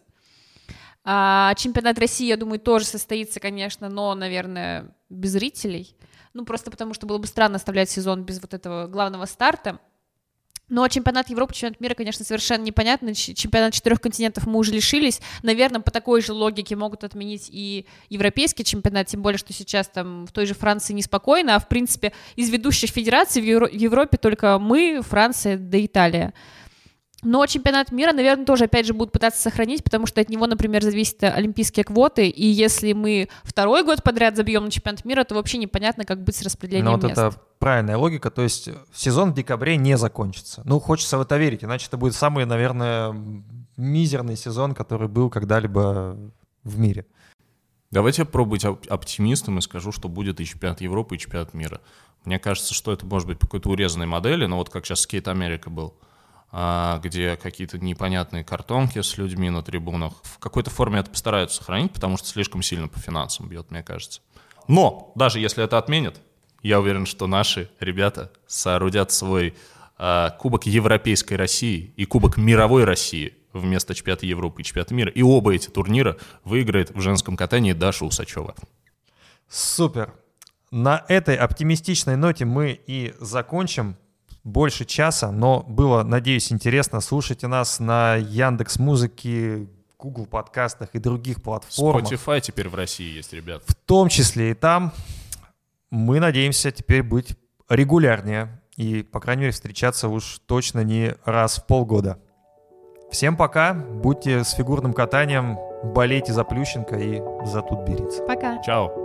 [SPEAKER 3] А чемпионат России, я думаю, тоже состоится, конечно, но, наверное, без зрителей. Ну, просто потому, что было бы странно оставлять сезон без вот этого главного старта. Но чемпионат Европы, чемпионат мира, конечно, совершенно непонятно. Чемпионат четырех континентов мы уже лишились. Наверное, по такой же логике могут отменить и европейский чемпионат, тем более, что сейчас там в той же Франции неспокойно, а в принципе из ведущих федераций в, Евро- в Европе только мы, Франция да Италия. Но чемпионат мира, наверное, тоже, опять же, будут пытаться сохранить, потому что от него, например, зависят олимпийские квоты, и если мы второй год подряд забьем на чемпионат мира, то вообще непонятно, как быть с распределением
[SPEAKER 1] Но вот
[SPEAKER 3] мест.
[SPEAKER 1] это правильная логика, то есть сезон в декабре не закончится. Ну, хочется в это верить, иначе это будет самый, наверное, мизерный сезон, который был когда-либо в мире.
[SPEAKER 2] Давайте я попробую быть оптимистом и скажу, что будет и чемпионат Европы, и чемпионат мира. Мне кажется, что это может быть по какой-то урезанной модели, но вот как сейчас Скейт Америка был, где какие-то непонятные картонки с людьми на трибунах. В какой-то форме это постараются сохранить, потому что слишком сильно по финансам бьет, мне кажется. Но даже если это отменят, я уверен, что наши ребята соорудят свой э, Кубок Европейской России и Кубок Мировой России вместо чемпионата Европы и чемпионата мира. И оба эти турнира выиграет в женском катании Даша Усачева.
[SPEAKER 1] Супер. На этой оптимистичной ноте мы и закончим. Больше часа, но было, надеюсь, интересно. Слушайте нас на Яндекс.Музыке, Google подкастах и других платформах.
[SPEAKER 2] Spotify теперь в России есть, ребят.
[SPEAKER 1] В том числе и там. Мы надеемся теперь быть регулярнее и, по крайней мере, встречаться уж точно не раз в полгода. Всем пока. Будьте с фигурным катанием, болейте за Плющенко и за Тутберидзе.
[SPEAKER 3] Пока.
[SPEAKER 2] Чао.